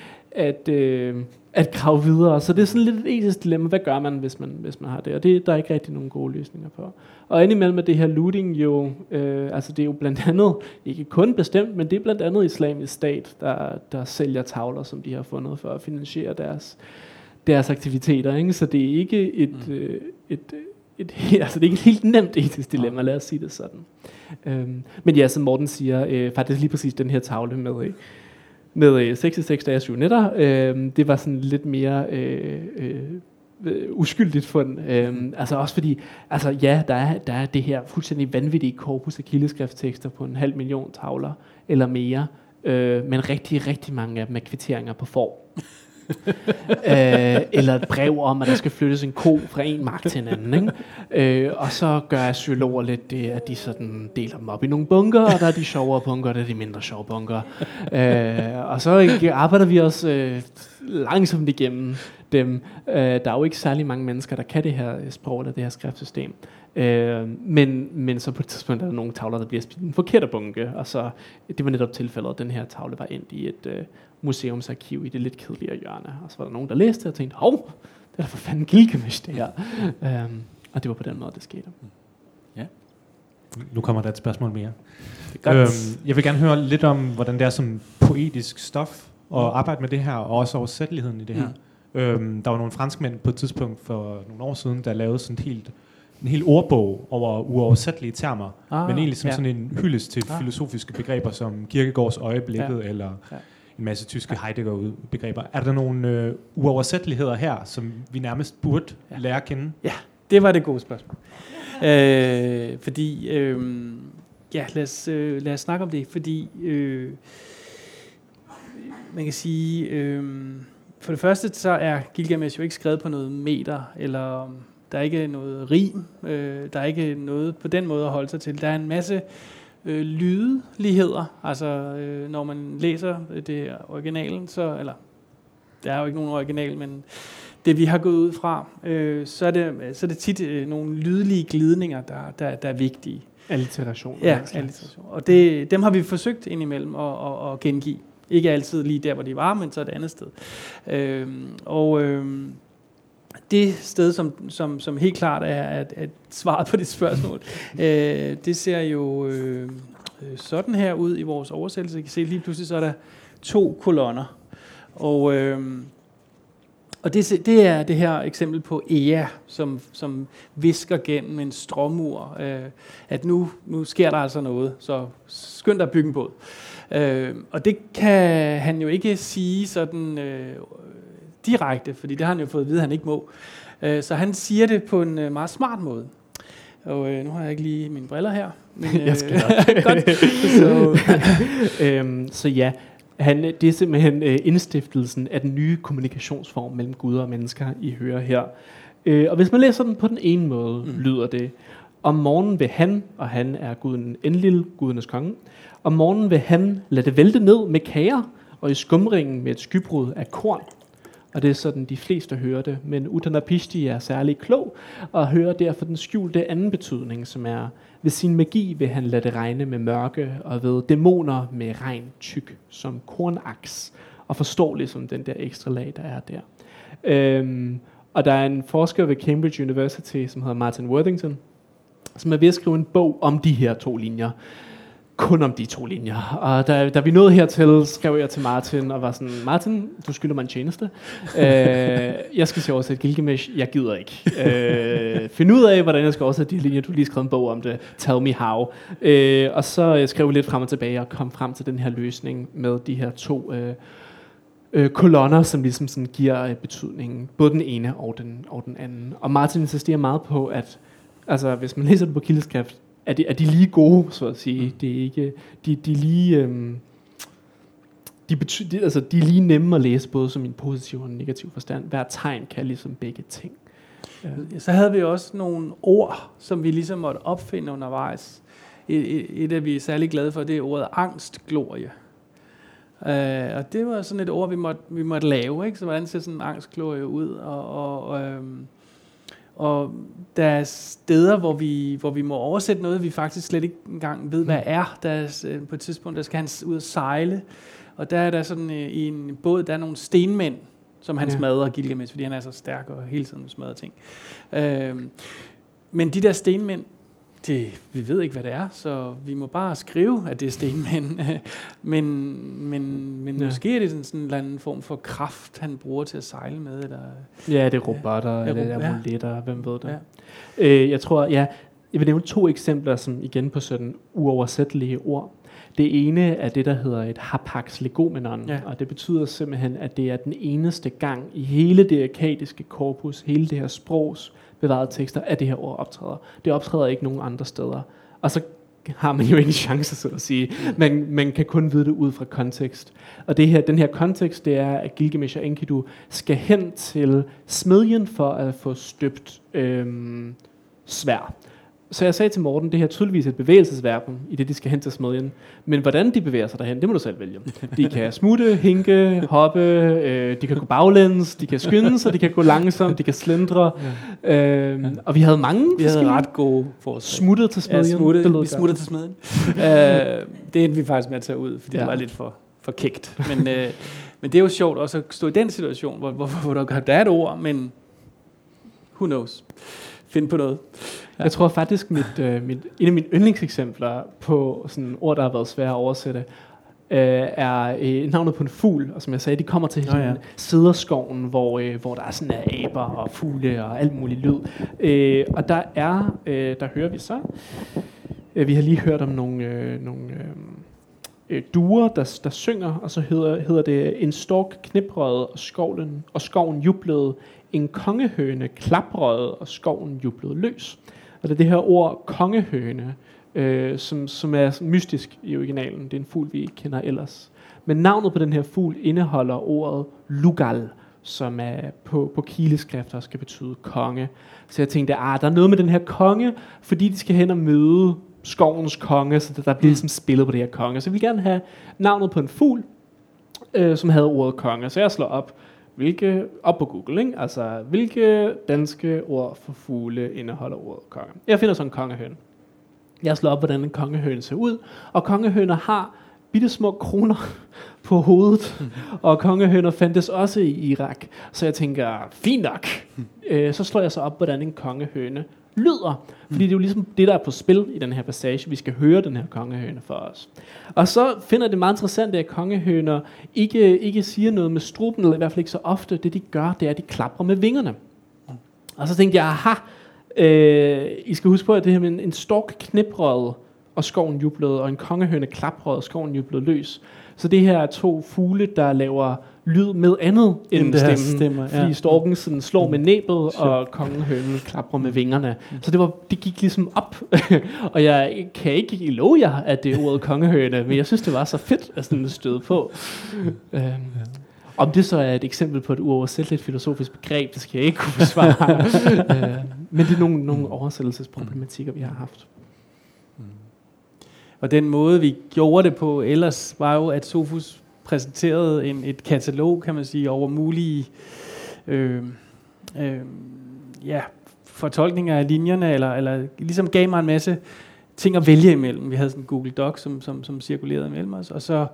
at, øh, at grave videre. Så det er sådan lidt et etisk dilemma. Hvad gør man, hvis man, hvis man har det? Og det, der er ikke rigtig nogen gode løsninger på. Og indimellem er det her looting jo, øh, altså det er jo blandt andet, ikke kun bestemt, men det er blandt andet Islamisk Stat, der, der sælger tavler, som de har fundet for at finansiere deres deres aktiviteter, ikke? Så det er ikke et, mm. øh, et, et, et altså det er ikke et helt nemt etisk dilemma, lad os sige det sådan. Øhm, men ja, som Morten siger, øh, faktisk lige præcis den her tavle med, øh, med øh, seksogtres dage og syv nætter, øh, det var sådan lidt mere øh, øh, uskyldigt fund. Øhm, altså også fordi, altså ja, der er, der er det her fuldstændig vanvittige korpus af kildeskrifttekster på en halv million tavler, eller mere, øh, men rigtig, rigtig mange af dem er kvitteringer på for. øh, eller et brev om, at der skal flyttes en ko fra en mark til en anden, ikke? Øh, og så gør arkeologer lidt det, at de sådan deler dem op i nogle bunker, og der er de sjovere bunker, og der er de mindre sjove bunker. Øh, og så arbejder vi også øh, langsomt igennem dem. Øh, der er jo ikke særlig mange mennesker, der kan det her sprog eller det her skriftsystem. Øh, men, men så på et tidspunkt er der nogle tavler, der bliver spillet i den forkerte bunke, og så, det var netop tilfældet, at den her tavle var endt i et øh, museumsarkiv i det lidt kedeligere hjørne, og så var der nogen, der læste det og tænkte, hov, det er da for fanden Gilgamesh det her. øh, og det var på den måde, det skete. Ja. Nu kommer der et spørgsmål mere. Det er godt. Øhm, jeg vil gerne høre lidt om, hvordan det er som poetisk stof at arbejde med det her, og også oversætteligheden i det her. Mm. Øhm, der var nogle franskmænd på et tidspunkt for nogle år siden, der lavede sådan en helt, en hel ordbog over uoversættelige termer, ah, men egentlig som ja. sådan en hyldest til ah. filosofiske begreber som Kierkegaards øjeblikket, ja. eller ja. en masse tyske ja. Heidegger-begreber. Er der nogle øh, uoversætteligheder her, som vi nærmest burde ja. lære at kende? Ja, det var det gode spørgsmål. øh, fordi, øh, ja, lad os, øh, lad os snakke om det, fordi øh, man kan sige, øh, for det første så er Gilgamesh jo ikke skrevet på noget meter, eller der er ikke noget rim, øh, der er ikke noget på den måde at holde sig til. Der er en masse øh, lydligheder, altså øh, når man læser det originalen, så, eller der er jo ikke nogen original, men det vi har gået ud fra, øh, så, er det, så er det tit øh, nogle lydlige glidninger, der, der, der er vigtige. Alliteration. Ja, alliteration. Og det, dem har vi forsøgt indimellem at, at, at gengive. Ikke altid lige der, hvor de var, men så et andet sted. Øh, og øh, det sted, som, som, som helt klart er at, at svaret på dit spørgsmål, øh, det ser jo øh, sådan her ud i vores oversættelse. I kan se lige pludselig, så er der to kolonner. Og, øh, og det, det er det her eksempel på Ea, som, som visker gennem en stråmur, øh, at nu, nu sker der altså noget, så skynd dig at bygge en båd. Øh, og det kan han jo ikke sige sådan øh, direkte, fordi det har han jo fået at vide, at han ikke må. Øh, så han siger det på en øh, meget smart måde. Og øh, nu har jeg ikke lige mine briller her. Men, øh, jeg skal nok. Godt. Så, øhm, så ja, han, det er simpelthen øh, indstiftelsen af den nye kommunikationsform mellem guder og mennesker, I hører her. Øh, og hvis man læser den på den ene måde, mm. lyder det: om morgenen vil han, og han er guden Enlil, gudernes konge, om morgenen vil han lade det vælte ned med kager, og i skumringen med et skybrud af korn. Og det er sådan, de fleste hører det. Men Uttanapishti er særlig klog, og hører derfor den skjulte anden betydning, som er: ved sin magi vil han lade det regne med mørke, og ved dæmoner med regn tyk, som kornaks, og forstår ligesom den der ekstra lag, der er der. Øhm, og der er en forsker ved Cambridge University, som hedder Martin Worthington, som er ved at skrive en bog om de her to linjer. Kun om de to linjer. Og da, da vi nåede hertil, skrev jeg til Martin og var sådan: Martin, du skylder mig en tjeneste. øh, jeg skal se oversætte Gilgamesh. Jeg gider ikke. Øh, find ud af, hvordan jeg skal oversætte de linjer. Du har lige skrevet en bog om det. Tell me how. Øh, og så skrev vi lidt frem og tilbage og kom frem til den her løsning med de her to øh, øh, kolonner, som ligesom sådan giver øh, betydningen. Både den ene og den, og den anden. Og Martin insisterer meget på, at altså, hvis man læser det på kildeskrift, Er de, er de lige gode, så at sige. Det er ikke, de, de, lige, øhm, de, bety, de, altså, de er lige nemme at læse, både som en positiv og en negativ forstand. Hver tegn kan ligesom begge ting. Ja. Så havde vi også nogle ord, som vi ligesom måtte opfinde undervejs. Et, et, et af vi er særlig glade for, det er ordet angstglorie. Uh, og det var sådan et ord, vi måtte, vi måtte lave, ikke? Så hvordan ser sådan en angstglorie ud? Og... og øhm, Og der er steder, hvor vi, hvor vi må oversætte noget, vi faktisk slet ikke engang ved, hvad er. Der er på et tidspunkt, der skal han ud og sejle, og der er der sådan i en båd, der er nogle stenmænd, som han ja. smadrer Gilgamesh, fordi han er så stærk og hele tiden smadrer ting. Øhm, men de der stenmænd, det, vi ved ikke, hvad det er, så vi må bare skrive, at det er stenmænd. men men, men ja. måske er det sådan, sådan en eller anden form for kraft, han bruger til at sejle med. Eller, ja, det er robotter, ja, eller ja. amuletter, hvem ved det. Ja. Øh, jeg tror, ja, jeg vil nævne to eksempler, som igen på sådan uoversættelige ord. Det ene er det, der hedder et hapax legomenon, ja. og det betyder simpelthen, at det er den eneste gang i hele det akkadiske korpus, hele det her sprogs bevarede tekster, at det her ord optræder. Det optræder ikke nogen andre steder. Og så har man jo ikke en chance, så at sige. Man, man kan kun vide det ud fra kontekst. Og det her, den her kontekst, det er, at Gilgamesh og Enkidu skal hen til smedjen for at få støbt øhm, sværd. så jeg sagde til Morten, det her er tydeligvis et bevægelsesverden, i det de skal hen til smedjen. Men hvordan de bevæger sig derhen, det må du selv vælge. De kan smutte, hinke, hoppe, øh, de kan gå baglæns, de kan skynde sig, de kan gå langsomt, de kan slendre. Ja. Øh, og vi havde mange Vi havde ret gode forslag. Smuttet til smedjen. Ja, smuttet, vi smuttede til smedjen. uh, det endte vi faktisk med at tage ud, fordi ja. det var lidt for, for kægt. Men, uh, men det er jo sjovt også at stå i den situation, hvor, hvor, hvor der, der er et ord, men who knows. Find på noget. Ja. Jeg tror faktisk, mit, øh, mit, en af mine yndlingseksempler på sådan ord, der har været svære at oversætte, øh, er øh, navnet på en fugl. Og som jeg sagde, de kommer til oh, ja. Siderskoven, hvor, øh, hvor der er sådan er aber og fugle og alt muligt lyd. Øh, og der er, øh, der hører vi så, øh, vi har lige hørt om nogle, øh, nogle øh, duer, der, der synger, og så hedder, hedder det, en stork kniprede, og skoven, og skoven jublede. En kongehøne klaprede, og skoven jublede løs. Og det er det her ord kongehøne, øh, som, som er mystisk i originalen. Det er en fugl, vi ikke kender ellers. Men navnet på den her fugl indeholder ordet lugal, som er på, på kileskrifter skal betyde konge. Så jeg tænkte, ah, der er noget med den her konge, fordi de skal hen og møde skovens konge, så der, der bliver ligesom spillet på det her konge. Så vi vil gerne have navnet på en fugl, øh, som havde ordet konge. Så jeg slår op, hvilke, op på Google, ikke? Altså, hvilke danske ord for fugle indeholder ordet konge? Jeg finder sådan en kongehøne. Jeg slår op, hvordan en kongehøne ser ud, og kongehøner har bitte små kroner på hovedet, mm. og kongehøner fandtes også i Irak. Så jeg tænker, fint nok. Mm. Øh, så slår jeg så op, hvordan en kongehøne lyder. Fordi det er jo ligesom det, der er på spil i den her passage. Vi skal høre den her kongehøne for os. Og så finder jeg det meget interessant, at kongehøner ikke, ikke siger noget med struben, eller i hvert fald ikke så ofte. Det de gør, det er, at de klapper med vingerne. Og så tænkte jeg, aha, øh, I skal huske på, at det her med en, en stork kniprede, og skoven jublede, og en kongehøne klaprede, og skoven jublede løs. Så det her er to fugle, der laver lyd med andet end stemmen, stemmer, ja. Fordi storken sådan slår mm. med næbet, og kongehønen klapper med vingerne. Mm. Så det, var, det gik ligesom op. Og jeg kan ikke love jer, at det er ordet kongehøne, men jeg synes, det var så fedt at sådan støde på. øhm. Om det så er et eksempel på et uoversætteligt filosofisk begreb, det skal jeg ikke kunne besvare. øh, men det er nogle, nogle oversættelsesproblematikker, vi har haft. Og den måde, vi gjorde det på ellers, var jo, at Sofus præsenterede en, et katalog, kan man sige, over mulige øh, øh, ja, fortolkninger af linjerne, eller, eller ligesom gav mig en masse ting at vælge imellem. Vi havde sådan en Google Doc, som, som, som cirkulerede imellem os, og så,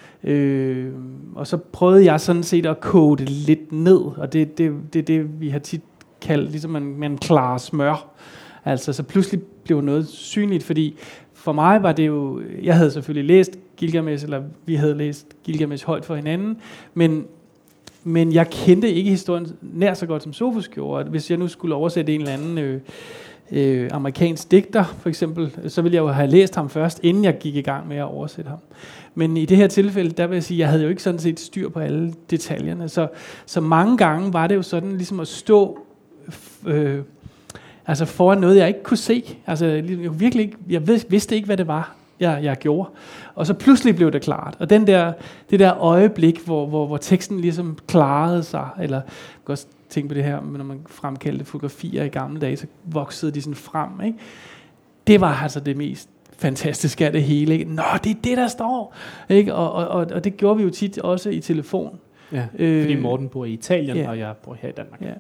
øh, og så prøvede jeg sådan set at kode det lidt ned, og det er det, det, det, vi har tit kaldt ligesom en, en klar smør. Altså, så pludselig blev noget synligt, fordi for mig var det jo, jeg havde selvfølgelig læst Gilgamesh, eller vi havde læst Gilgamesh højt for hinanden, men, men jeg kendte ikke historien nær så godt som Sofus gjorde. Hvis jeg nu skulle oversætte en eller anden øh, øh, amerikansk digter, for eksempel, så ville jeg jo have læst ham først, inden jeg gik i gang med at oversætte ham. Men i det her tilfælde, der vil jeg sige, jeg havde jo ikke sådan set styr på alle detaljerne, så, så mange gange var det jo sådan ligesom at stå øh, altså foran noget, jeg ikke kunne se. Altså, jeg virkelig ikke, jeg vidste ikke, hvad det var, jeg, jeg gjorde. Og så pludselig blev det klart. Og den der, det der øjeblik, hvor, hvor, hvor teksten ligesom klarede sig, eller jeg kan også tænke på det her, når man fremkaldte fotografier i gamle dage, så voksede de sådan frem, ikke? Det var altså det mest fantastiske af det hele, ikke? Nå, det er det, der står! Ikke? Og, og, og, og det gjorde vi jo tit også i telefon. Ja, øh, fordi Morten bor i Italien, ja. Og jeg bor her i Danmark. Ja.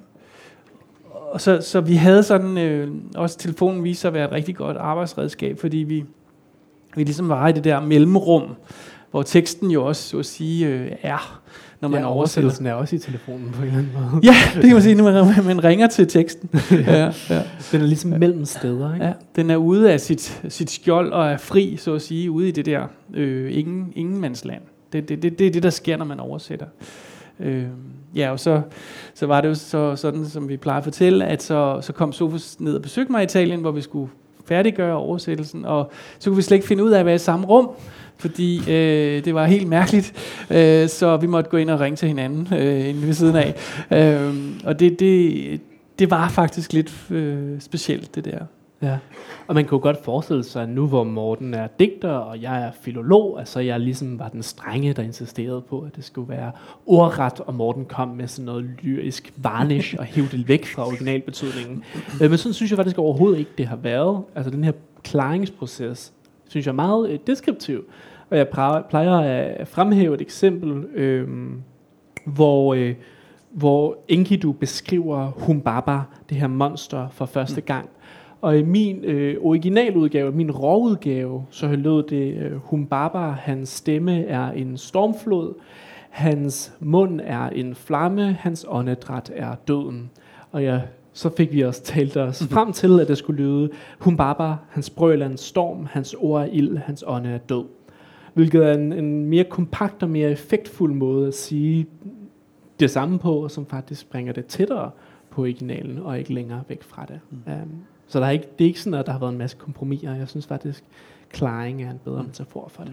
Og så, så vi havde sådan, øh, også telefonen viste sig at være et rigtig godt arbejdsredskab, fordi vi, vi ligesom var i det der mellemrum, hvor teksten jo også, så at sige, øh, er, når man ja, oversætter. Oversættelsen er også i telefonen på en eller anden måde. Ja, det kan man sige, når man, man ringer til teksten. ja, ja. Den er ligesom mellem steder, ikke? Ja, den er ude af sit, sit skjold og er fri, så at sige, ude i det der øh, ingen, ingenmandsland. Det, det, det, det er det, der sker, når man oversætter. Øh, ja, og så, så var det jo så, sådan, som vi plejer at fortælle, at så, så kom Sofus ned og besøgte mig i Italien, hvor vi skulle færdiggøre oversættelsen, og så kunne vi slet ikke finde ud af at være i samme rum, fordi øh, det var helt mærkeligt, øh, så vi måtte gå ind og ringe til hinanden øh, inde ved siden af. Øh, og det, det, det var faktisk lidt øh, specielt, det der. Ja. Og man kunne godt forestille sig, at nu hvor Morten er digter, og jeg er filolog, altså jeg ligesom var den strenge, der insisterede på, at det skulle være ordret, og Morten kom med sådan noget lyrisk varnish og hævde det væk fra originalbetydningen. Men sådan synes jeg faktisk overhovedet ikke, det har været. Altså den her klaringsproces, synes jeg er meget øh, deskriptiv. Og jeg plejer at fremhæve et eksempel, øh, hvor, øh, hvor Enkidu beskriver Humbaba, det her monster, for første gang. Og i min øh, originaludgave, min råudgave, så lød det, øh, Humbaba, hans stemme er en stormflod, hans mund er en flamme, hans åndedræt er døden. Og jeg, så fik vi også talt os frem til, at det skulle lyde, Humbaba, hans brøl er en storm, hans ord er ild, hans ånde er død. Hvilket er en, en mere kompakt og mere effektfuld måde at sige det samme på, som faktisk bringer det tættere på originalen, og ikke længere væk fra det. Mm. Um, så der er ikke, det er ikke sådan, at der har været en masse kompromiser. Jeg synes faktisk, klaring er en bedre mm. metafor for det.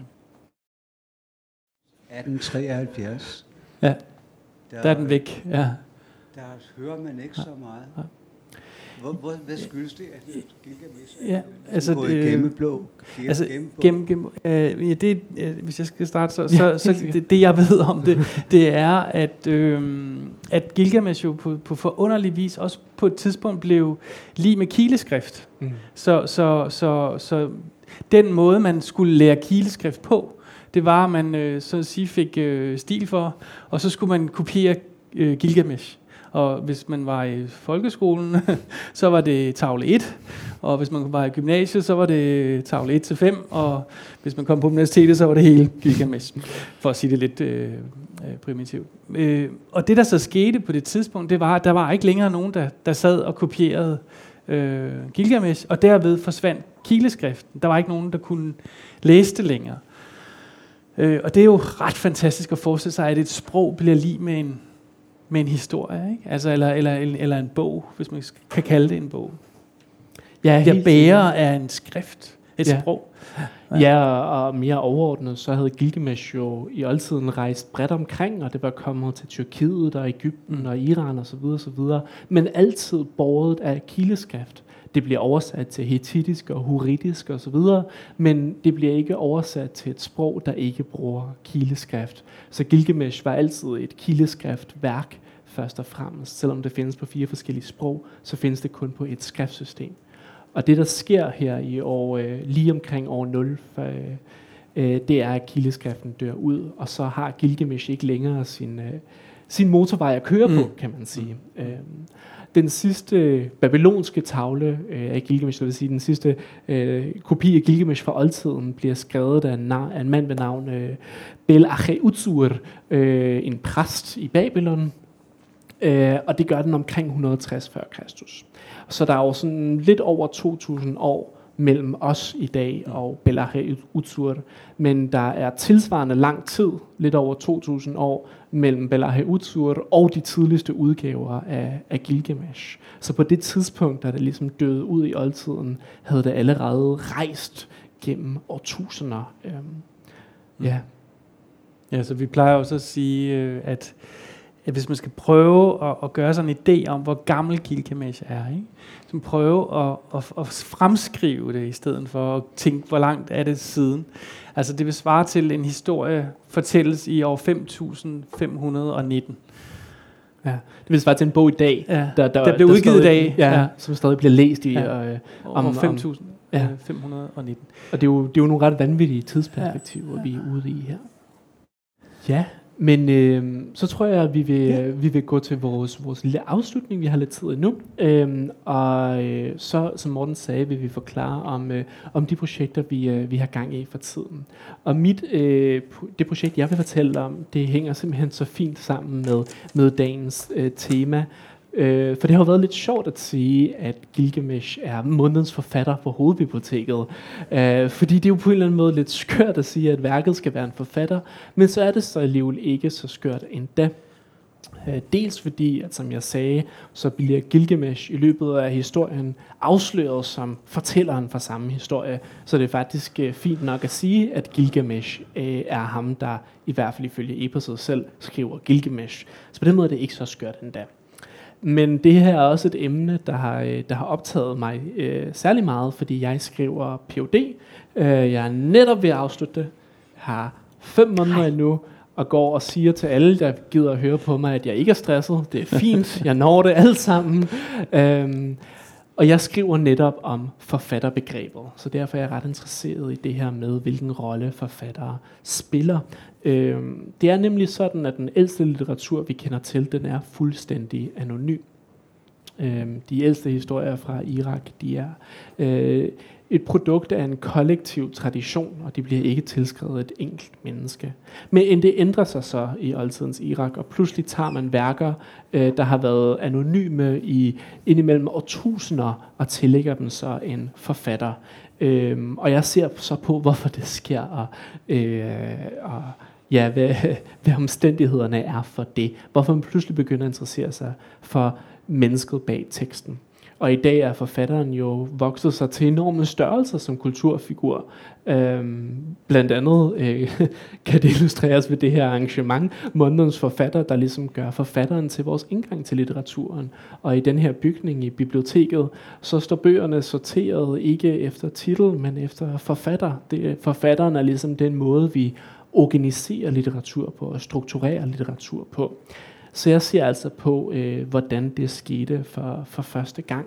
atten treoghalvfjerds. Ja, der, der er den væk. Ja. Der hører man ikke så meget. Ja. Hvor, hvor, hvad skyldes det, at Gilgamesh ja, altså, går i gennemblå? Altså, gennem, gennem, øh, ja, det, øh, hvis jeg skal starte, så, så, så det, det jeg ved om det, det er, at, øh, at Gilgamesh jo på, på forunderlig vis også på et tidspunkt blev lige med kileskrift. Mm. Så, så, så, så den måde, man skulle lære kileskrift på, det var, at man øh, så at sige fik øh, stil for, og så skulle man kopiere øh, Gilgamesh. Og hvis man var i folkeskolen, så var det tavle et, og hvis man var i gymnasiet, så var det tavle et til fem, og hvis man kom på universitetet, så var det hele Gilgamesh, for at sige det lidt øh, primitivt. Øh, og det, der så skete på det tidspunkt, det var, at der var ikke længere nogen, der, der sad og kopierede øh, Gilgamesh, og derved forsvandt kileskriften. Der var ikke nogen, der kunne læse det længere. Øh, og det er jo ret fantastisk at forestille sig, at et sprog bliver lige med en med en historie, ikke? Altså, eller, eller, eller en bog, hvis man kan kalde det en bog. Ja, jeg bærer af en skrift, et ja. sprog. Ja, ja og, og mere overordnet, så havde Gilgamesh jo i oldtiden rejst bredt omkring, og det var kommet til Tyrkiet, og Egypten, mm. og Iran, og så videre, så videre. Men altid båret af kileskrift. Det bliver oversat til hetittisk og hurritisk og så videre, men det bliver ikke oversat til et sprog, der ikke bruger kileskrift. Så Gilgamesh var altid et kileskriftværk først og fremmest. Selvom det findes på fire forskellige sprog, så findes det kun på et skriftsystem. Og det, der sker her i år, øh, lige omkring år nul, for, øh, det er, at kileskriften dør ud, og så har Gilgamesh ikke længere sin, øh, sin motorvej at køre mm. på, kan man sige. Mm. Øh, Den sidste babylonske tavle øh, af Gilgamesh, det vil sige den sidste øh, kopi af Gilgamesh fra oldtiden, bliver skrevet af en, af en mand ved navn øh, Bel-Ache-Utsur, øh, en præst i Babylon, øh, og det gør den omkring et hundrede og tres før Kristus. Så der er jo sådan lidt over to tusind år mellem os i dag og Bel-Ache-Utsur, men der er tilsvarende lang tid, lidt over to tusind år, mellem Bel-Ache-Utsur og de tidligste udgaver af, af Gilgamesh. Så på det tidspunkt, da det ligesom døde ud i oldtiden, havde det allerede rejst gennem årtusinder. Øhm, ja. Ja, så vi plejer også at sige, at, at hvis man skal prøve at, at gøre sådan en idé om, hvor gammel Gilgamesh er, ikke? Så prøve at, at, at fremskrive det, i stedet for at tænke, hvor langt er det siden. Altså det vil svare til en historie fortælles i år fem tusind fem hundrede og nitten. Ja, det vil svare til en bog i dag, ja, der, der, der bliver der udgivet stadig, i dag, ja, ja. som stadig bliver læst i ja. øh, om, om fem tusind fem hundrede og nitten. Og det er, jo, det er jo nogle ret vanvittige tidsperspektiver, ja. vi er ude i her. Ja, men øh, så tror jeg, at vi vil, ja. vi vil gå til vores, vores lille afslutning. Vi har lidt tid endnu. Øhm, og øh, så, som Morten sagde, vil vi forklare om, øh, om de projekter, vi, øh, vi har gang i for tiden. Og mit, øh, det projekt, jeg vil fortælle om, det hænger simpelthen så fint sammen med, med dagens øh, tema. Øh, for det har jo været lidt sjovt at sige, at Gilgamesh er månedens forfatter på Hovedbiblioteket. Øh, fordi det er jo på en eller anden måde lidt skørt at sige, at værket skal være en forfatter, men så er det så alligevel ikke så skørt endda. Øh, dels fordi, at som jeg sagde, så bliver Gilgamesh i løbet af historien afsløret som fortælleren for samme historie. Så det er faktisk øh, fint nok at sige, at Gilgamesh øh, er ham, der i hvert fald ifølge eposet selv skriver Gilgamesh. Så på den måde er det ikke så skørt endda. men det her er også et emne, der har, der har optaget mig øh, særlig meget, fordi jeg skriver P H D. Øh, jeg er netop ved at afslutte det. Har fem måneder endnu, og går og siger til alle, der gider at høre på mig, at jeg ikke er stresset. Det er fint, jeg når det alt sammen. Øhm, og jeg skriver netop om forfatterbegrebet, så derfor er jeg ret interesseret i det her med, hvilken rolle forfattere spiller. Øhm, det er nemlig sådan, at den ældste litteratur, vi kender til, den er fuldstændig anonym. Øhm, de ældste historier fra Irak, de er øh, et produkt af en kollektiv tradition, og de bliver ikke tilskrevet et enkelt menneske. Men det ændrer sig så i oldtidens Irak, og pludselig tager man værker, øh, der har været anonyme i indimellem årtusinder, og tillægger dem så en forfatter. Øhm, og jeg ser så på, hvorfor det sker, og, øh, og ja, hvad, hvad omstændighederne er for det. Hvorfor man pludselig begynder at interessere sig for mennesket bag teksten. Og i dag er forfatteren jo vokset sig til enorme størrelser som kulturfigur. Øhm, blandt andet øh, kan det illustreres ved det her arrangement, Månedens Forfatter, der ligesom gør forfatteren til vores indgang til litteraturen. Og i den her bygning i biblioteket, så står bøgerne sorteret ikke efter titel, men efter forfatter. Det, forfatteren er ligesom den måde, vi organiserer litteratur på og strukturerer litteratur på. Så jeg ser altså på, øh, hvordan det skete for, for første gang.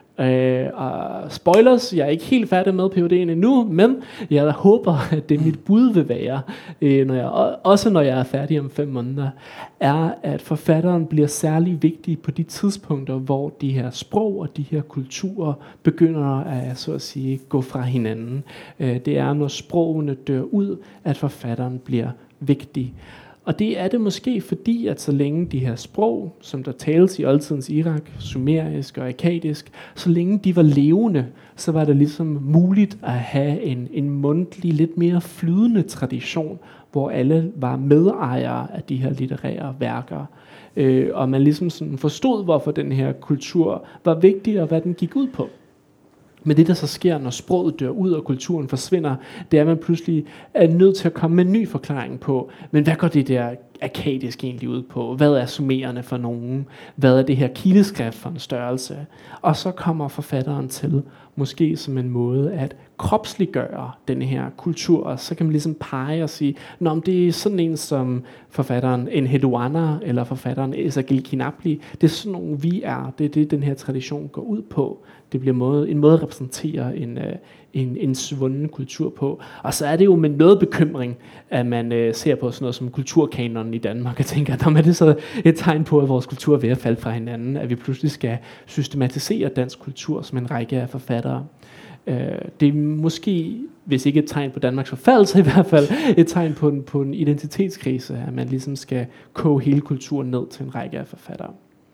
Øh, og spoilers, jeg er ikke helt færdig med P H D'en endnu, men jeg håber, at det mit bud vil være, øh, når jeg, også når jeg er færdig om fem måneder, er, at forfatteren bliver særlig vigtig på de tidspunkter, hvor de her sprog og de her kulturer begynder at, så at sige, gå fra hinanden. Øh, det er, når sprogene dør ud, at forfatteren bliver vigtig. Og det er det måske fordi, at så længe de her sprog, som der tales i oldtidens Irak, sumerisk og akkadisk, så længe de var levende, så var det ligesom muligt at have en, en mundtlig, lidt mere flydende tradition, hvor alle var medejere af de her litterære værker. Øh, og man ligesom sådan forstod, hvorfor den her kultur var vigtig, og hvad den gik ud på. Men det, der så sker, når sproget dør ud og kulturen forsvinder, det er, at man pludselig er nødt til at komme med en ny forklaring på, men hvad går det der akkadisk egentlig ud på? Hvad er sumererne for nogen? Hvad er det her kileskrift for en størrelse? Og så kommer forfatteren til, måske som en måde at kropsliggøre den her kultur, og så kan man ligesom pege og sige, nå, om det er sådan en som forfatteren Enheduanna, eller forfatteren Esagil Kinapli, det er sådan nogle vi er, det er det, den her tradition går ud på. Det bliver måde, en måde at repræsentere en, en, en svunden kultur på. Og så er det jo med noget bekymring, at man uh, ser på sådan noget som kulturkanonen i Danmark, og tænker, at er det så et tegn på, at vores kultur er ved at falde fra hinanden, at vi pludselig skal systematisere dansk kultur som en række af forfattere. Uh, det er måske, hvis ikke et tegn på Danmarks forfaldelse, i hvert fald et tegn på en, på en identitetskrise, at man ligesom skal koge hele kulturen ned til en række af forfattere.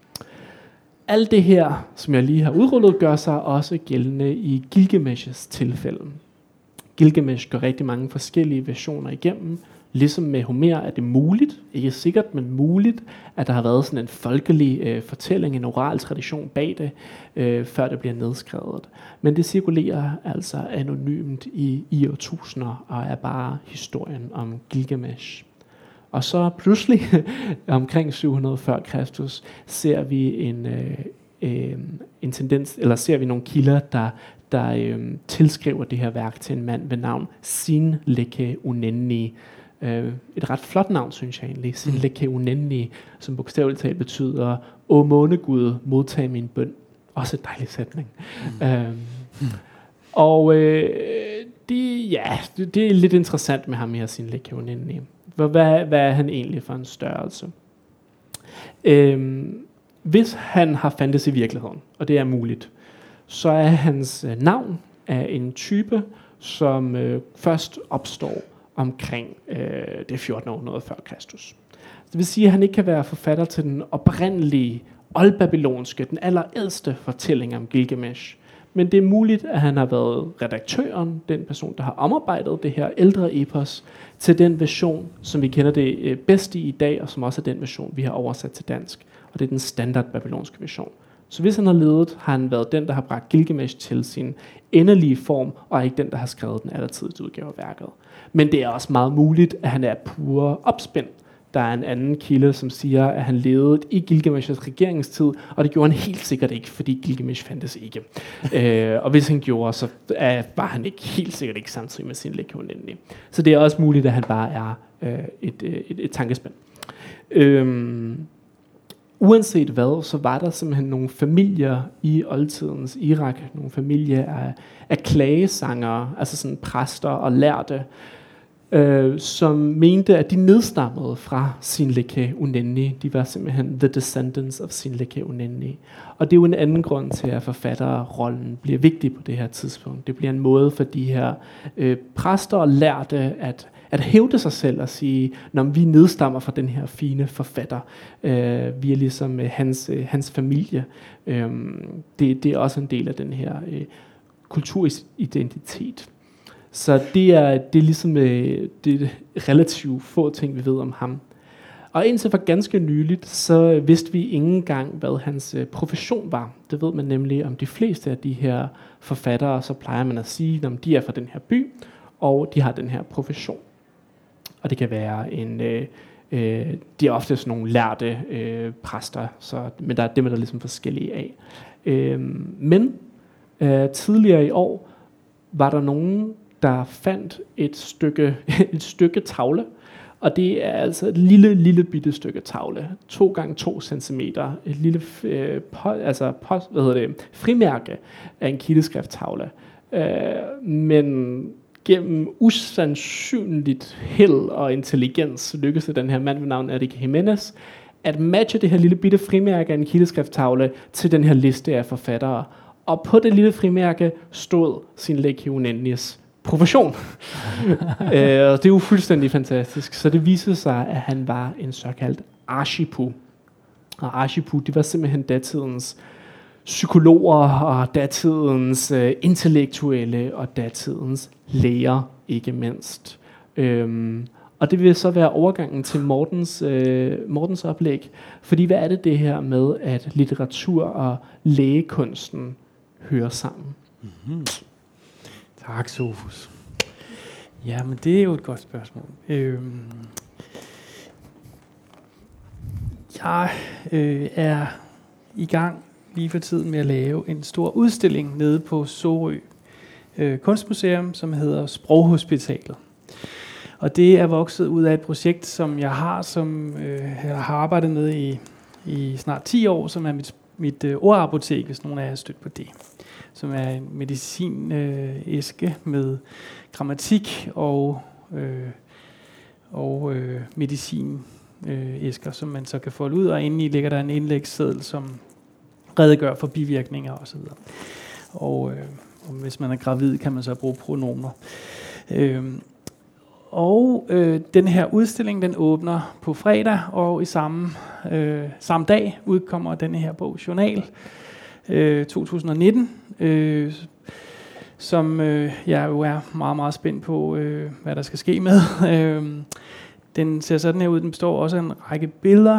Alt det her, som jeg lige har udrullet, gør sig også gældende i Gilgamesh's tilfælde. Gilgamesh gør rigtig mange forskellige versioner igennem. Ligesom med Homer er det muligt, ikke sikkert, men muligt, at der har været sådan en folkelig øh, fortælling, en oral tradition bag det, øh, før det bliver nedskrevet. Men det cirkulerer altså anonymt i, i årtusinder, og er bare historien om Gilgamesh. Og så pludselig, omkring syv hundrede før Kristus, ser vi en, øh, øh, en tendens, eller ser vi nogle kilder, der, der øh, tilskriver det her værk til en mand ved navn Sinleke Unenni. Øh, et ret flot navn, synes jeg egentlig. Sinleke Unenni, som bogstaveligt talt betyder, "Å månegud, modtag min bøn." Også et dejlig sætning. Mm. Øh, mm. Og øh, det, ja, det, det er lidt interessant med ham her, Sinleke Unenni. Hvad, hvad er han egentlig for en størrelse? Øhm, hvis han har fandtes i virkeligheden, og det er muligt, så er hans øh, navn af en type, som øh, først opstår omkring øh, det fjortende århundrede før Kristus. Det vil sige, at han ikke kan være forfatter til den oprindelige, oldbabylonske, den allerældste fortælling om Gilgamesh. Men det er muligt, at han har været redaktøren, den person, der har omarbejdet det her ældre epos, til den version, som vi kender det bedst i i dag, og som også er den version, vi har oversat til dansk. Og det er den standard babylonske version. Så hvis han har levet, har han været den, der har bragt Gilgamesh til sin endelige form, og ikke den, der har skrevet den allertidigste udgave af værket. Men det er også meget muligt, at han er pure opspind. Der er en anden kilde, som siger, at han levede i Gilgameshs regeringstid, og det gjorde han helt sikkert ikke, fordi Gilgamesh fandtes ikke. øh, og hvis han gjorde, så uh, var han ikke helt sikkert ikke samtidig med sin Lekkeunenni. Så det er også muligt, at han bare er uh, et, et, et tankespand. Øhm, uanset hvad, så var der simpelthen nogle familier i oldtidens Irak, nogle familier af, af klagesangere, altså sådan præster og lærte, øh, som mente, at de nedstammede fra Sinleke-Unenni. De var simpelthen the descendants of Sinleke-Unenni. Og det er jo en anden grund til, at forfatterrollen bliver vigtig på det her tidspunkt. Det bliver en måde for de her øh, præster og lærte at at hævde sig selv og sige, når vi nedstammer fra den her fine forfatter, øh, vi er ligesom øh, hans, øh, hans familie. Øh, det, det er også en del af den her øh, kulturidentitet. Så det er, det er ligesom øh, det er relativt få ting, vi ved om ham. Og indtil for ganske nyligt, så vidste vi ikke engang, hvad hans øh, profession var. Det ved man nemlig om de fleste af de her forfattere, så plejer man at sige, at de er fra den her by, og de har den her profession. Og det kan være en, øh, øh, de er ofte sådan nogle lærte øh, præster, så, men der er dem, der er ligesom forskellige af. Øh, men øh, tidligere i år var der nogen, der fandt et stykke, et stykke tavle, og det er altså et lille, lille bitte stykke tavle, to gange to centimeter, et lille øh, po, altså po, hvad hedder det, frimærke af en kildeskrifttavle. Øh, men gennem usandsynligt held og intelligens lykkedes det den her mand ved navn Enrique Jimenez at matche det her lille bitte frimærke af en kildeskrifttavle til den her liste af forfattere. Og på det lille frimærke stod Sinleke-Unennis profession. øh, det er jo fuldstændig fantastisk. Så det viste sig, at han var en såkaldt Arshipu. Og Arshipu, det var simpelthen datidens psykologer og datidens øh, intellektuelle og datidens læger, ikke mindst. Øhm, og det vil så være overgangen til Mortens, øh, Mortens oplæg. Fordi hvad er det det her med, at litteratur og lægekunsten hører sammen? Mm-hmm. Tak, Sofus. Ja, men det er jo et godt spørgsmål. Øhm, jeg øh, er i gang lige for tiden med at lave en stor udstilling nede på Sorø øh, Kunstmuseum, som hedder Sproghospitalet. Og det er vokset ud af et projekt, som jeg har, som øh, jeg har arbejdet med i, i snart ti år, som er mit, mit øh, ordapotek, hvis nogen af jer har stødt på det. Som er en medicin-æske øh, med grammatik og, øh, og øh, medicin-æsker, øh, som man så kan folde ud, og indeni ligger der en indlægsseddel, som redegør for bivirkninger osv. Og, øh, og hvis man er gravid, kan man så bruge pronomer. Øh, og øh, den her udstilling, den åbner på fredag, og i samme, øh, samme dag udkommer denne her bog, Journal, øh, to tusind nitten, øh, som øh, jeg jo er meget, meget spændt på, øh, hvad der skal ske med. øh, den ser sådan her ud, den består også af en række billeder,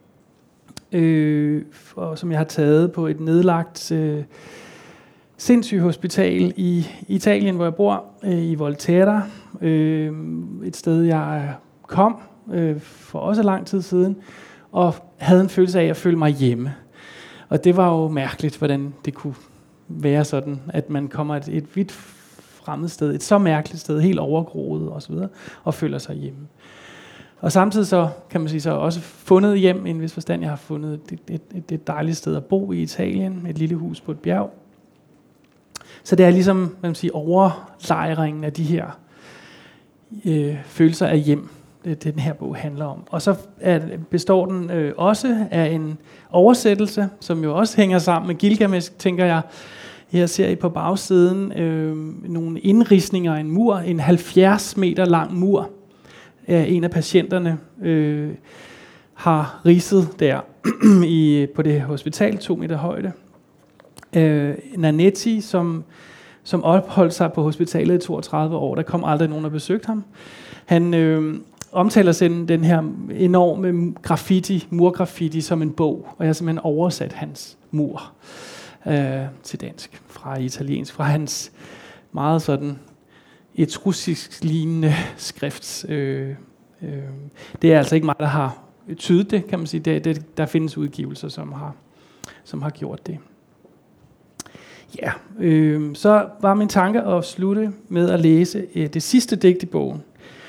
øh, for, som jeg har taget på et nedlagt øh, sindssygehospital i Italien, hvor jeg bor, øh, i Volterra. Øh, et sted, jeg kom øh, for også lang tid siden, og havde en følelse af at føle mig hjemme. Og det var jo mærkeligt, hvordan det kunne være sådan, at man kommer et, et vidt fremmed sted, et så mærkeligt sted, helt overgroet og så videre, og føler sig hjemme. Og samtidig så, kan man sige, så også fundet hjem i en vis forstand. Jeg har fundet et, et, et, et dejligt sted at bo i Italien, et lille hus på et bjerg. Så det er ligesom, hvad man siger, overlejringen af de her øh, følelser af hjem, det den her bog handler om. Og så er, består den øh, også af en oversættelse, som jo også hænger sammen med Gilgamesh, tænker jeg. Her ser I på bagsiden øh, nogle indrisninger af en mur, en halvfjerds meter lang mur. Øh, en af patienterne øh, har ridset der i, på det hospital, to meter højde. Øh, Nanetti, som, som opholdt sig på hospitalet i toogtredive år, der kom aldrig nogen og besøgte ham. Han øh, omtaler sådan den her enorme graffiti, murgraffiti, som en bog, og jeg har simpelthen oversat hans mur øh, til dansk fra italiensk, fra hans meget sådan etruskisk lignende skrift, øh, Øh, det er altså ikke mig, der har tydet det, kan man sige. Det, det, der findes udgivelser, som har, som har gjort det. Ja, øh, så var min tanke at slutte med at læse øh, det sidste digt i bogen.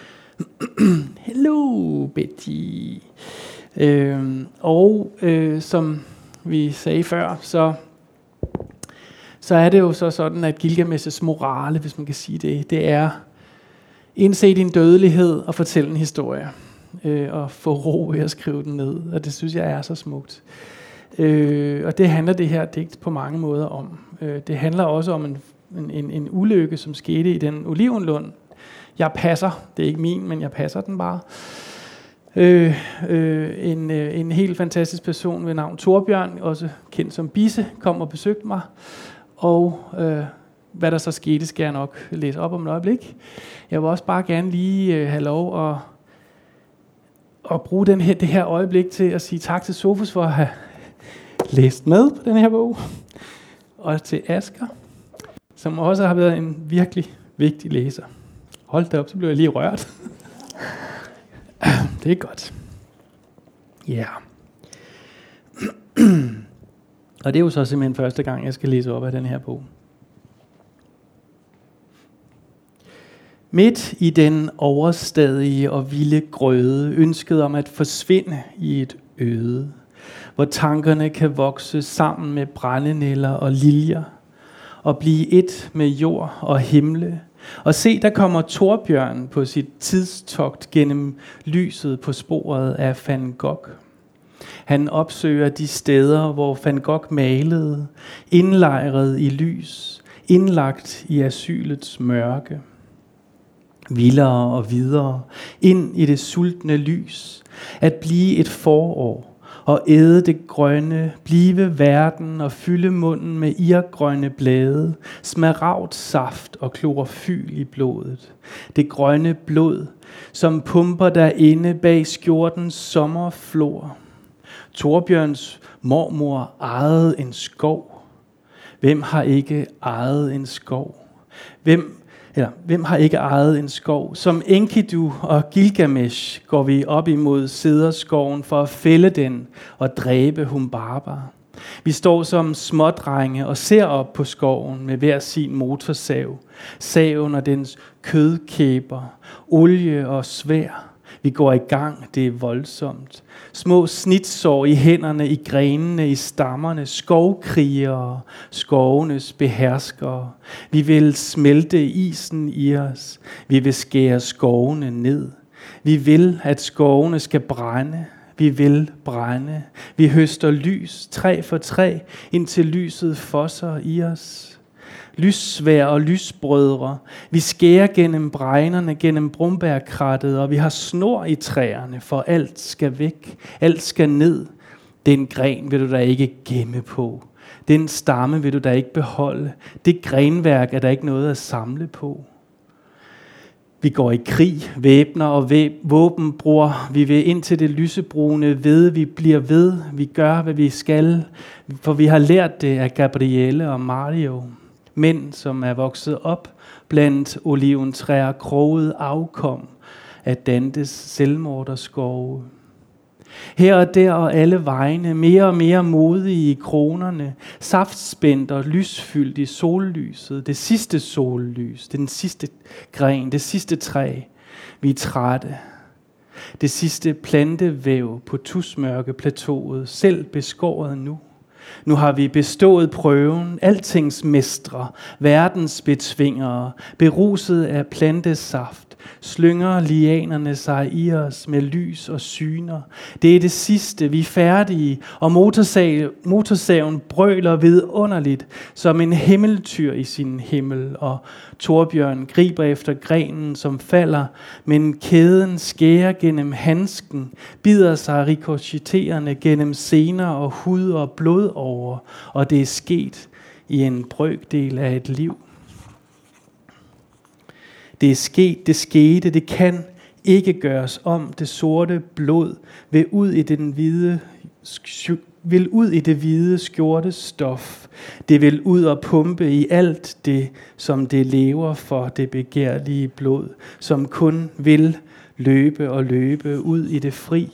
Hello, Betty. Øh, og øh, som vi sagde før, så, så er det jo så sådan, at Gilgamesh' morale, hvis man kan sige det, det er indse din dødelighed og fortælle en historie. Øh, og få ro ved at skrive den ned. Og det synes jeg er så smukt. Øh, og det handler det her digt på mange måder om. Øh, det handler også om en, en, en, en ulykke, som skete i den olivenlund. Jeg passer, det er ikke min, men jeg passer den bare. Øh, øh, en, øh, en helt fantastisk person ved navn Torbjørn, også kendt som Bisse, kom og besøgte mig. Og øh, hvad der så skete, skal jeg nok læse op om et øjeblik. Jeg vil også bare gerne lige øh, have lov at, at bruge den her, det her øjeblik til at sige tak til Sofus for at have læst med på den her bog. Og til Asger, som også har været en virkelig vigtig læser. Hold da op, så blev jeg lige rørt. Det er godt. Ja. Yeah. Og det er jo så simpelthen første gang, jeg skal læse op af den her bog. Midt i den overstadige og vilde grøde, ønsket om at forsvinde i et øde, hvor tankerne kan vokse sammen med brændenælder og liljer, og blive et med jord og himle. Og se, der kommer Torbjørn på sit tidstogt gennem lyset på sporet af Van Gogh. Han opsøger de steder, hvor Van Gogh malede, indlejret i lys, indlagt i asylets mørke. Vildere og videre, ind i det sultne lys, at blive et forår, og æde det grønne, blive verden og fylde munden med irgrønne blade, smaragd saft og klorofyl i blodet. Det grønne blod, som pumper derinde bag skjortens sommerflor. Torbjørns mormor ejede en skov. Hvem har ikke ejet en skov? Hvem Eller, hvem har ikke ejet en skov? Som Enkidu og Gilgamesh går vi op imod Cederskoven for at fælde den og dræbe Humbaba. Vi står som smådrenge og ser op på skoven med hver sin motorsav. Saven og dens kødkæber, olie og svær. Vi går i gang, det er voldsomt. Små snitsår i hænderne, i grenene, i stammerne, skovkrigere, skovenes beherskere. Vi vil smelte isen i os. Vi vil skære skovene ned. Vi vil, at skovene skal brænde. Vi vil brænde. Vi høster lys, træ for træ, indtil lyset fosser i os. Lyssvær og lysbrødre. Vi skærer gennem bregnerne, gennem brumbærkrattet, og vi har snor i træerne, for alt skal væk, alt skal ned. Den gren vil du da ikke gemme på. Den stamme vil du da ikke beholde. Det grenværk er der ikke noget at samle på. Vi går i krig, væbner og væb, våbenbror. Vi vil ind til det lysebrune ved. Vi bliver ved. Vi gør, hvad vi skal. For vi har lært det af Gabrielle og Mario. Mænd, som er vokset op blandt oliventræer, kroget afkom af Dantes selvmorderskove. Her og der og alle vegne, mere og mere modige i kronerne, saftspændt og lysfyldt i sollyset, det sidste sollys, den sidste gren, det sidste træ. Vi er trætte. Det sidste plantevæv på tusmørke plateauet, selv beskåret nu. Nu har vi bestået prøven, altings mestre, verdens betvingere, beruset af plantesaft, slynger lianerne sig i os med lys og syner. Det er det sidste, vi er færdige, og motorsav, motorsaven brøler vidunderligt som en himmeltyr i sin himmel, og Torbjørn griber efter grenen, som falder, men kæden skærer gennem handsken, bider sig rikochetterende gennem sener og hud og blod over, og det er sket i en brøkdel af et liv. Det er sket, det skete, det kan ikke gøres om. Det sorte blod vil ud i den hvide vil ud i det hvide skjorte stof. Det vil ud og pumpe i alt det, som det lever for, det begærlige blod, som kun vil løbe og løbe ud i det fri.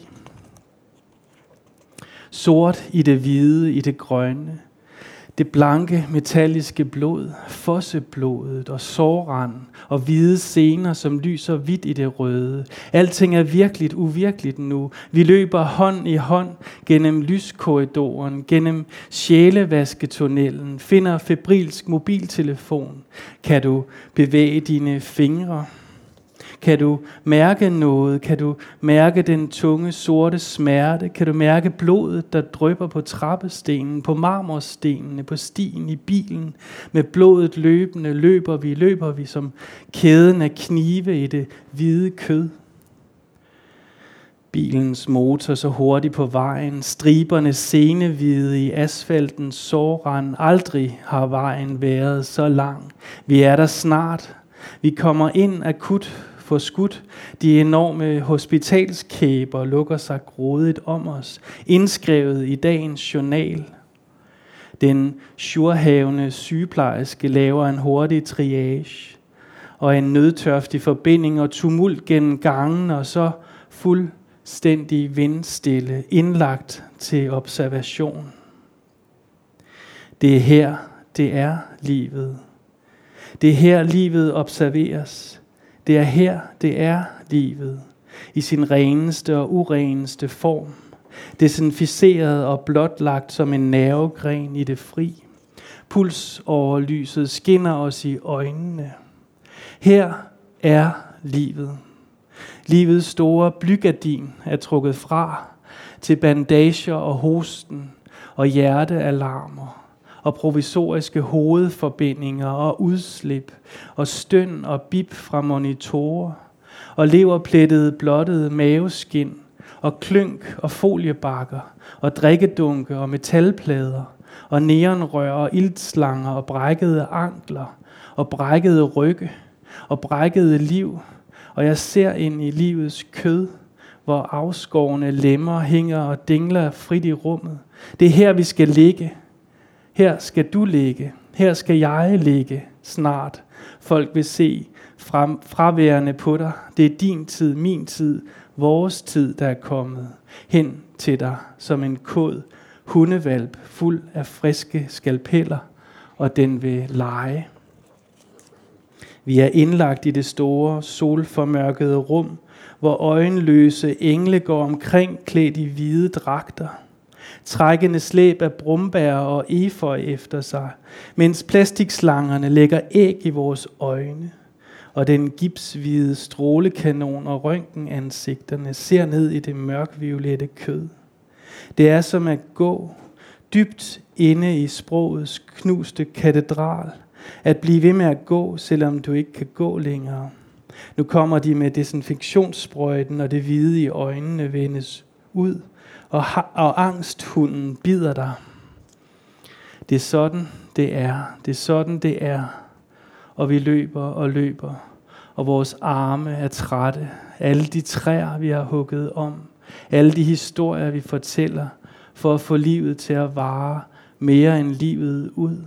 Sort i det hvide, i det grønne, det blanke, metalliske blod, fosseblodet og sårrand og hvide scener, som lyser hvidt i det røde. Alting er virkeligt uvirkeligt nu. Vi løber hånd i hånd gennem lyskorridoren, gennem sjælevasketunnelen, finder febrilsk mobiltelefon. Kan du bevæge dine fingre? Kan du mærke noget? Kan du mærke den tunge, sorte smerte? Kan du mærke blodet, der drypper på trappestenen, på marmorstenene, på stien i bilen? Med blodet løbende løber vi, løber vi som kæden af knive i det hvide kød. Bilens motor så hurtigt på vejen, striberne senehvide i asfaltens sårrand. Aldrig har vejen været så lang. Vi er der snart. Vi kommer ind akut for skudt. De enorme hospitalskæber lukker sig grådigt om os, indskrevet i dagens journal. Den surhavende sygeplejerske laver en hurtig triage, og en nødtørftig forbinding og tumult gennem gangen, og så fuldstændig vindstille, indlagt til observation. Det er her, det er livet. Det er her, livet observeres. Det er her, det er livet. I sin reneste og ureneste form. Desinficeret og blotlagt som en nervegren i det fri. Pulsoverlyset skinner os i øjnene. Her er livet. Livets store blygardin er trukket fra til bandager og hosten og hjertealarmer og provisoriske hovedforbindinger og udslip og støn og bip fra monitorer og leverplettede blottede maveskin og klynk og foliebakker og drikkedunke og metalplader og neonrør og iltslanger og brækkede ankler og brækkede rygge og brækkede liv, og jeg ser ind i livets kød, hvor afskårne lemmer hænger og dingler frit i rummet. Det er her, vi skal ligge. Her skal du ligge. Her skal jeg ligge snart. Folk vil se frem, fraværende på dig. Det er din tid, min tid, vores tid, der er kommet hen til dig som en kod hundevalp fuld af friske skalpeller, og den vil lege. Vi er indlagt i det store, solformørkede rum, hvor øjenløse engle går omkring klædt i hvide dragter, trækkende slæb af brumbær og efeu efter sig, mens plastikslangerne lægger æg i vores øjne, og den gipshvide strålekanon og røntgenansigterne ser ned i det mørkviolette kød. Det er som at gå dybt inde i sprogets knuste katedral, at blive ved med at gå, selvom du ikke kan gå længere. Nu kommer de med desinfektionssprøjten, og det hvide i øjnene vendes ud, og, ha- og angsthunden bider dig. Det er sådan, det er. Det er sådan, det er. Og vi løber og løber, og vores arme er trætte. Alle de træer, vi har hugget om, alle de historier, vi fortæller, for at få livet til at vare mere end livet ud.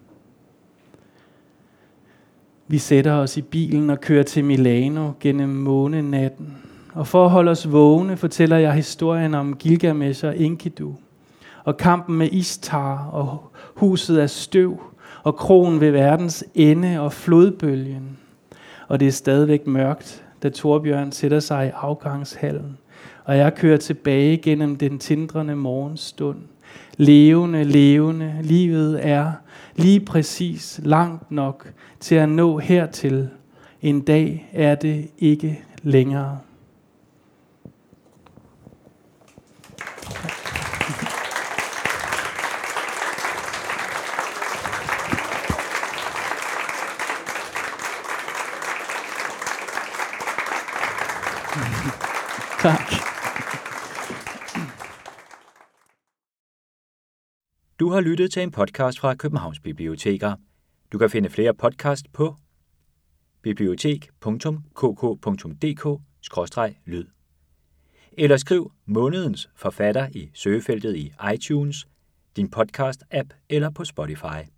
Vi sætter os i bilen og kører til Milano gennem månenatten. Og for at holde os vågne, fortæller jeg historien om Gilgamesh og Enkidu, og kampen med Ishtar og huset af støv, og krogen ved verdens ende og flodbølgen. Og det er stadigvæk mørkt, da Torbjørn sætter sig i afgangshallen, og jeg kører tilbage gennem den tindrende morgenstund. Levende, levende, livet er lige præcis langt nok til at nå hertil. En dag er det ikke længere. Tak. Du har lyttet til en podcast fra Københavns Biblioteker. Du kan finde flere podcast på bibliotek punktum k k punktum d k skråstreg lyd. Eller skriv månedens forfatter i søgefeltet i iTunes, din podcast-app eller på Spotify.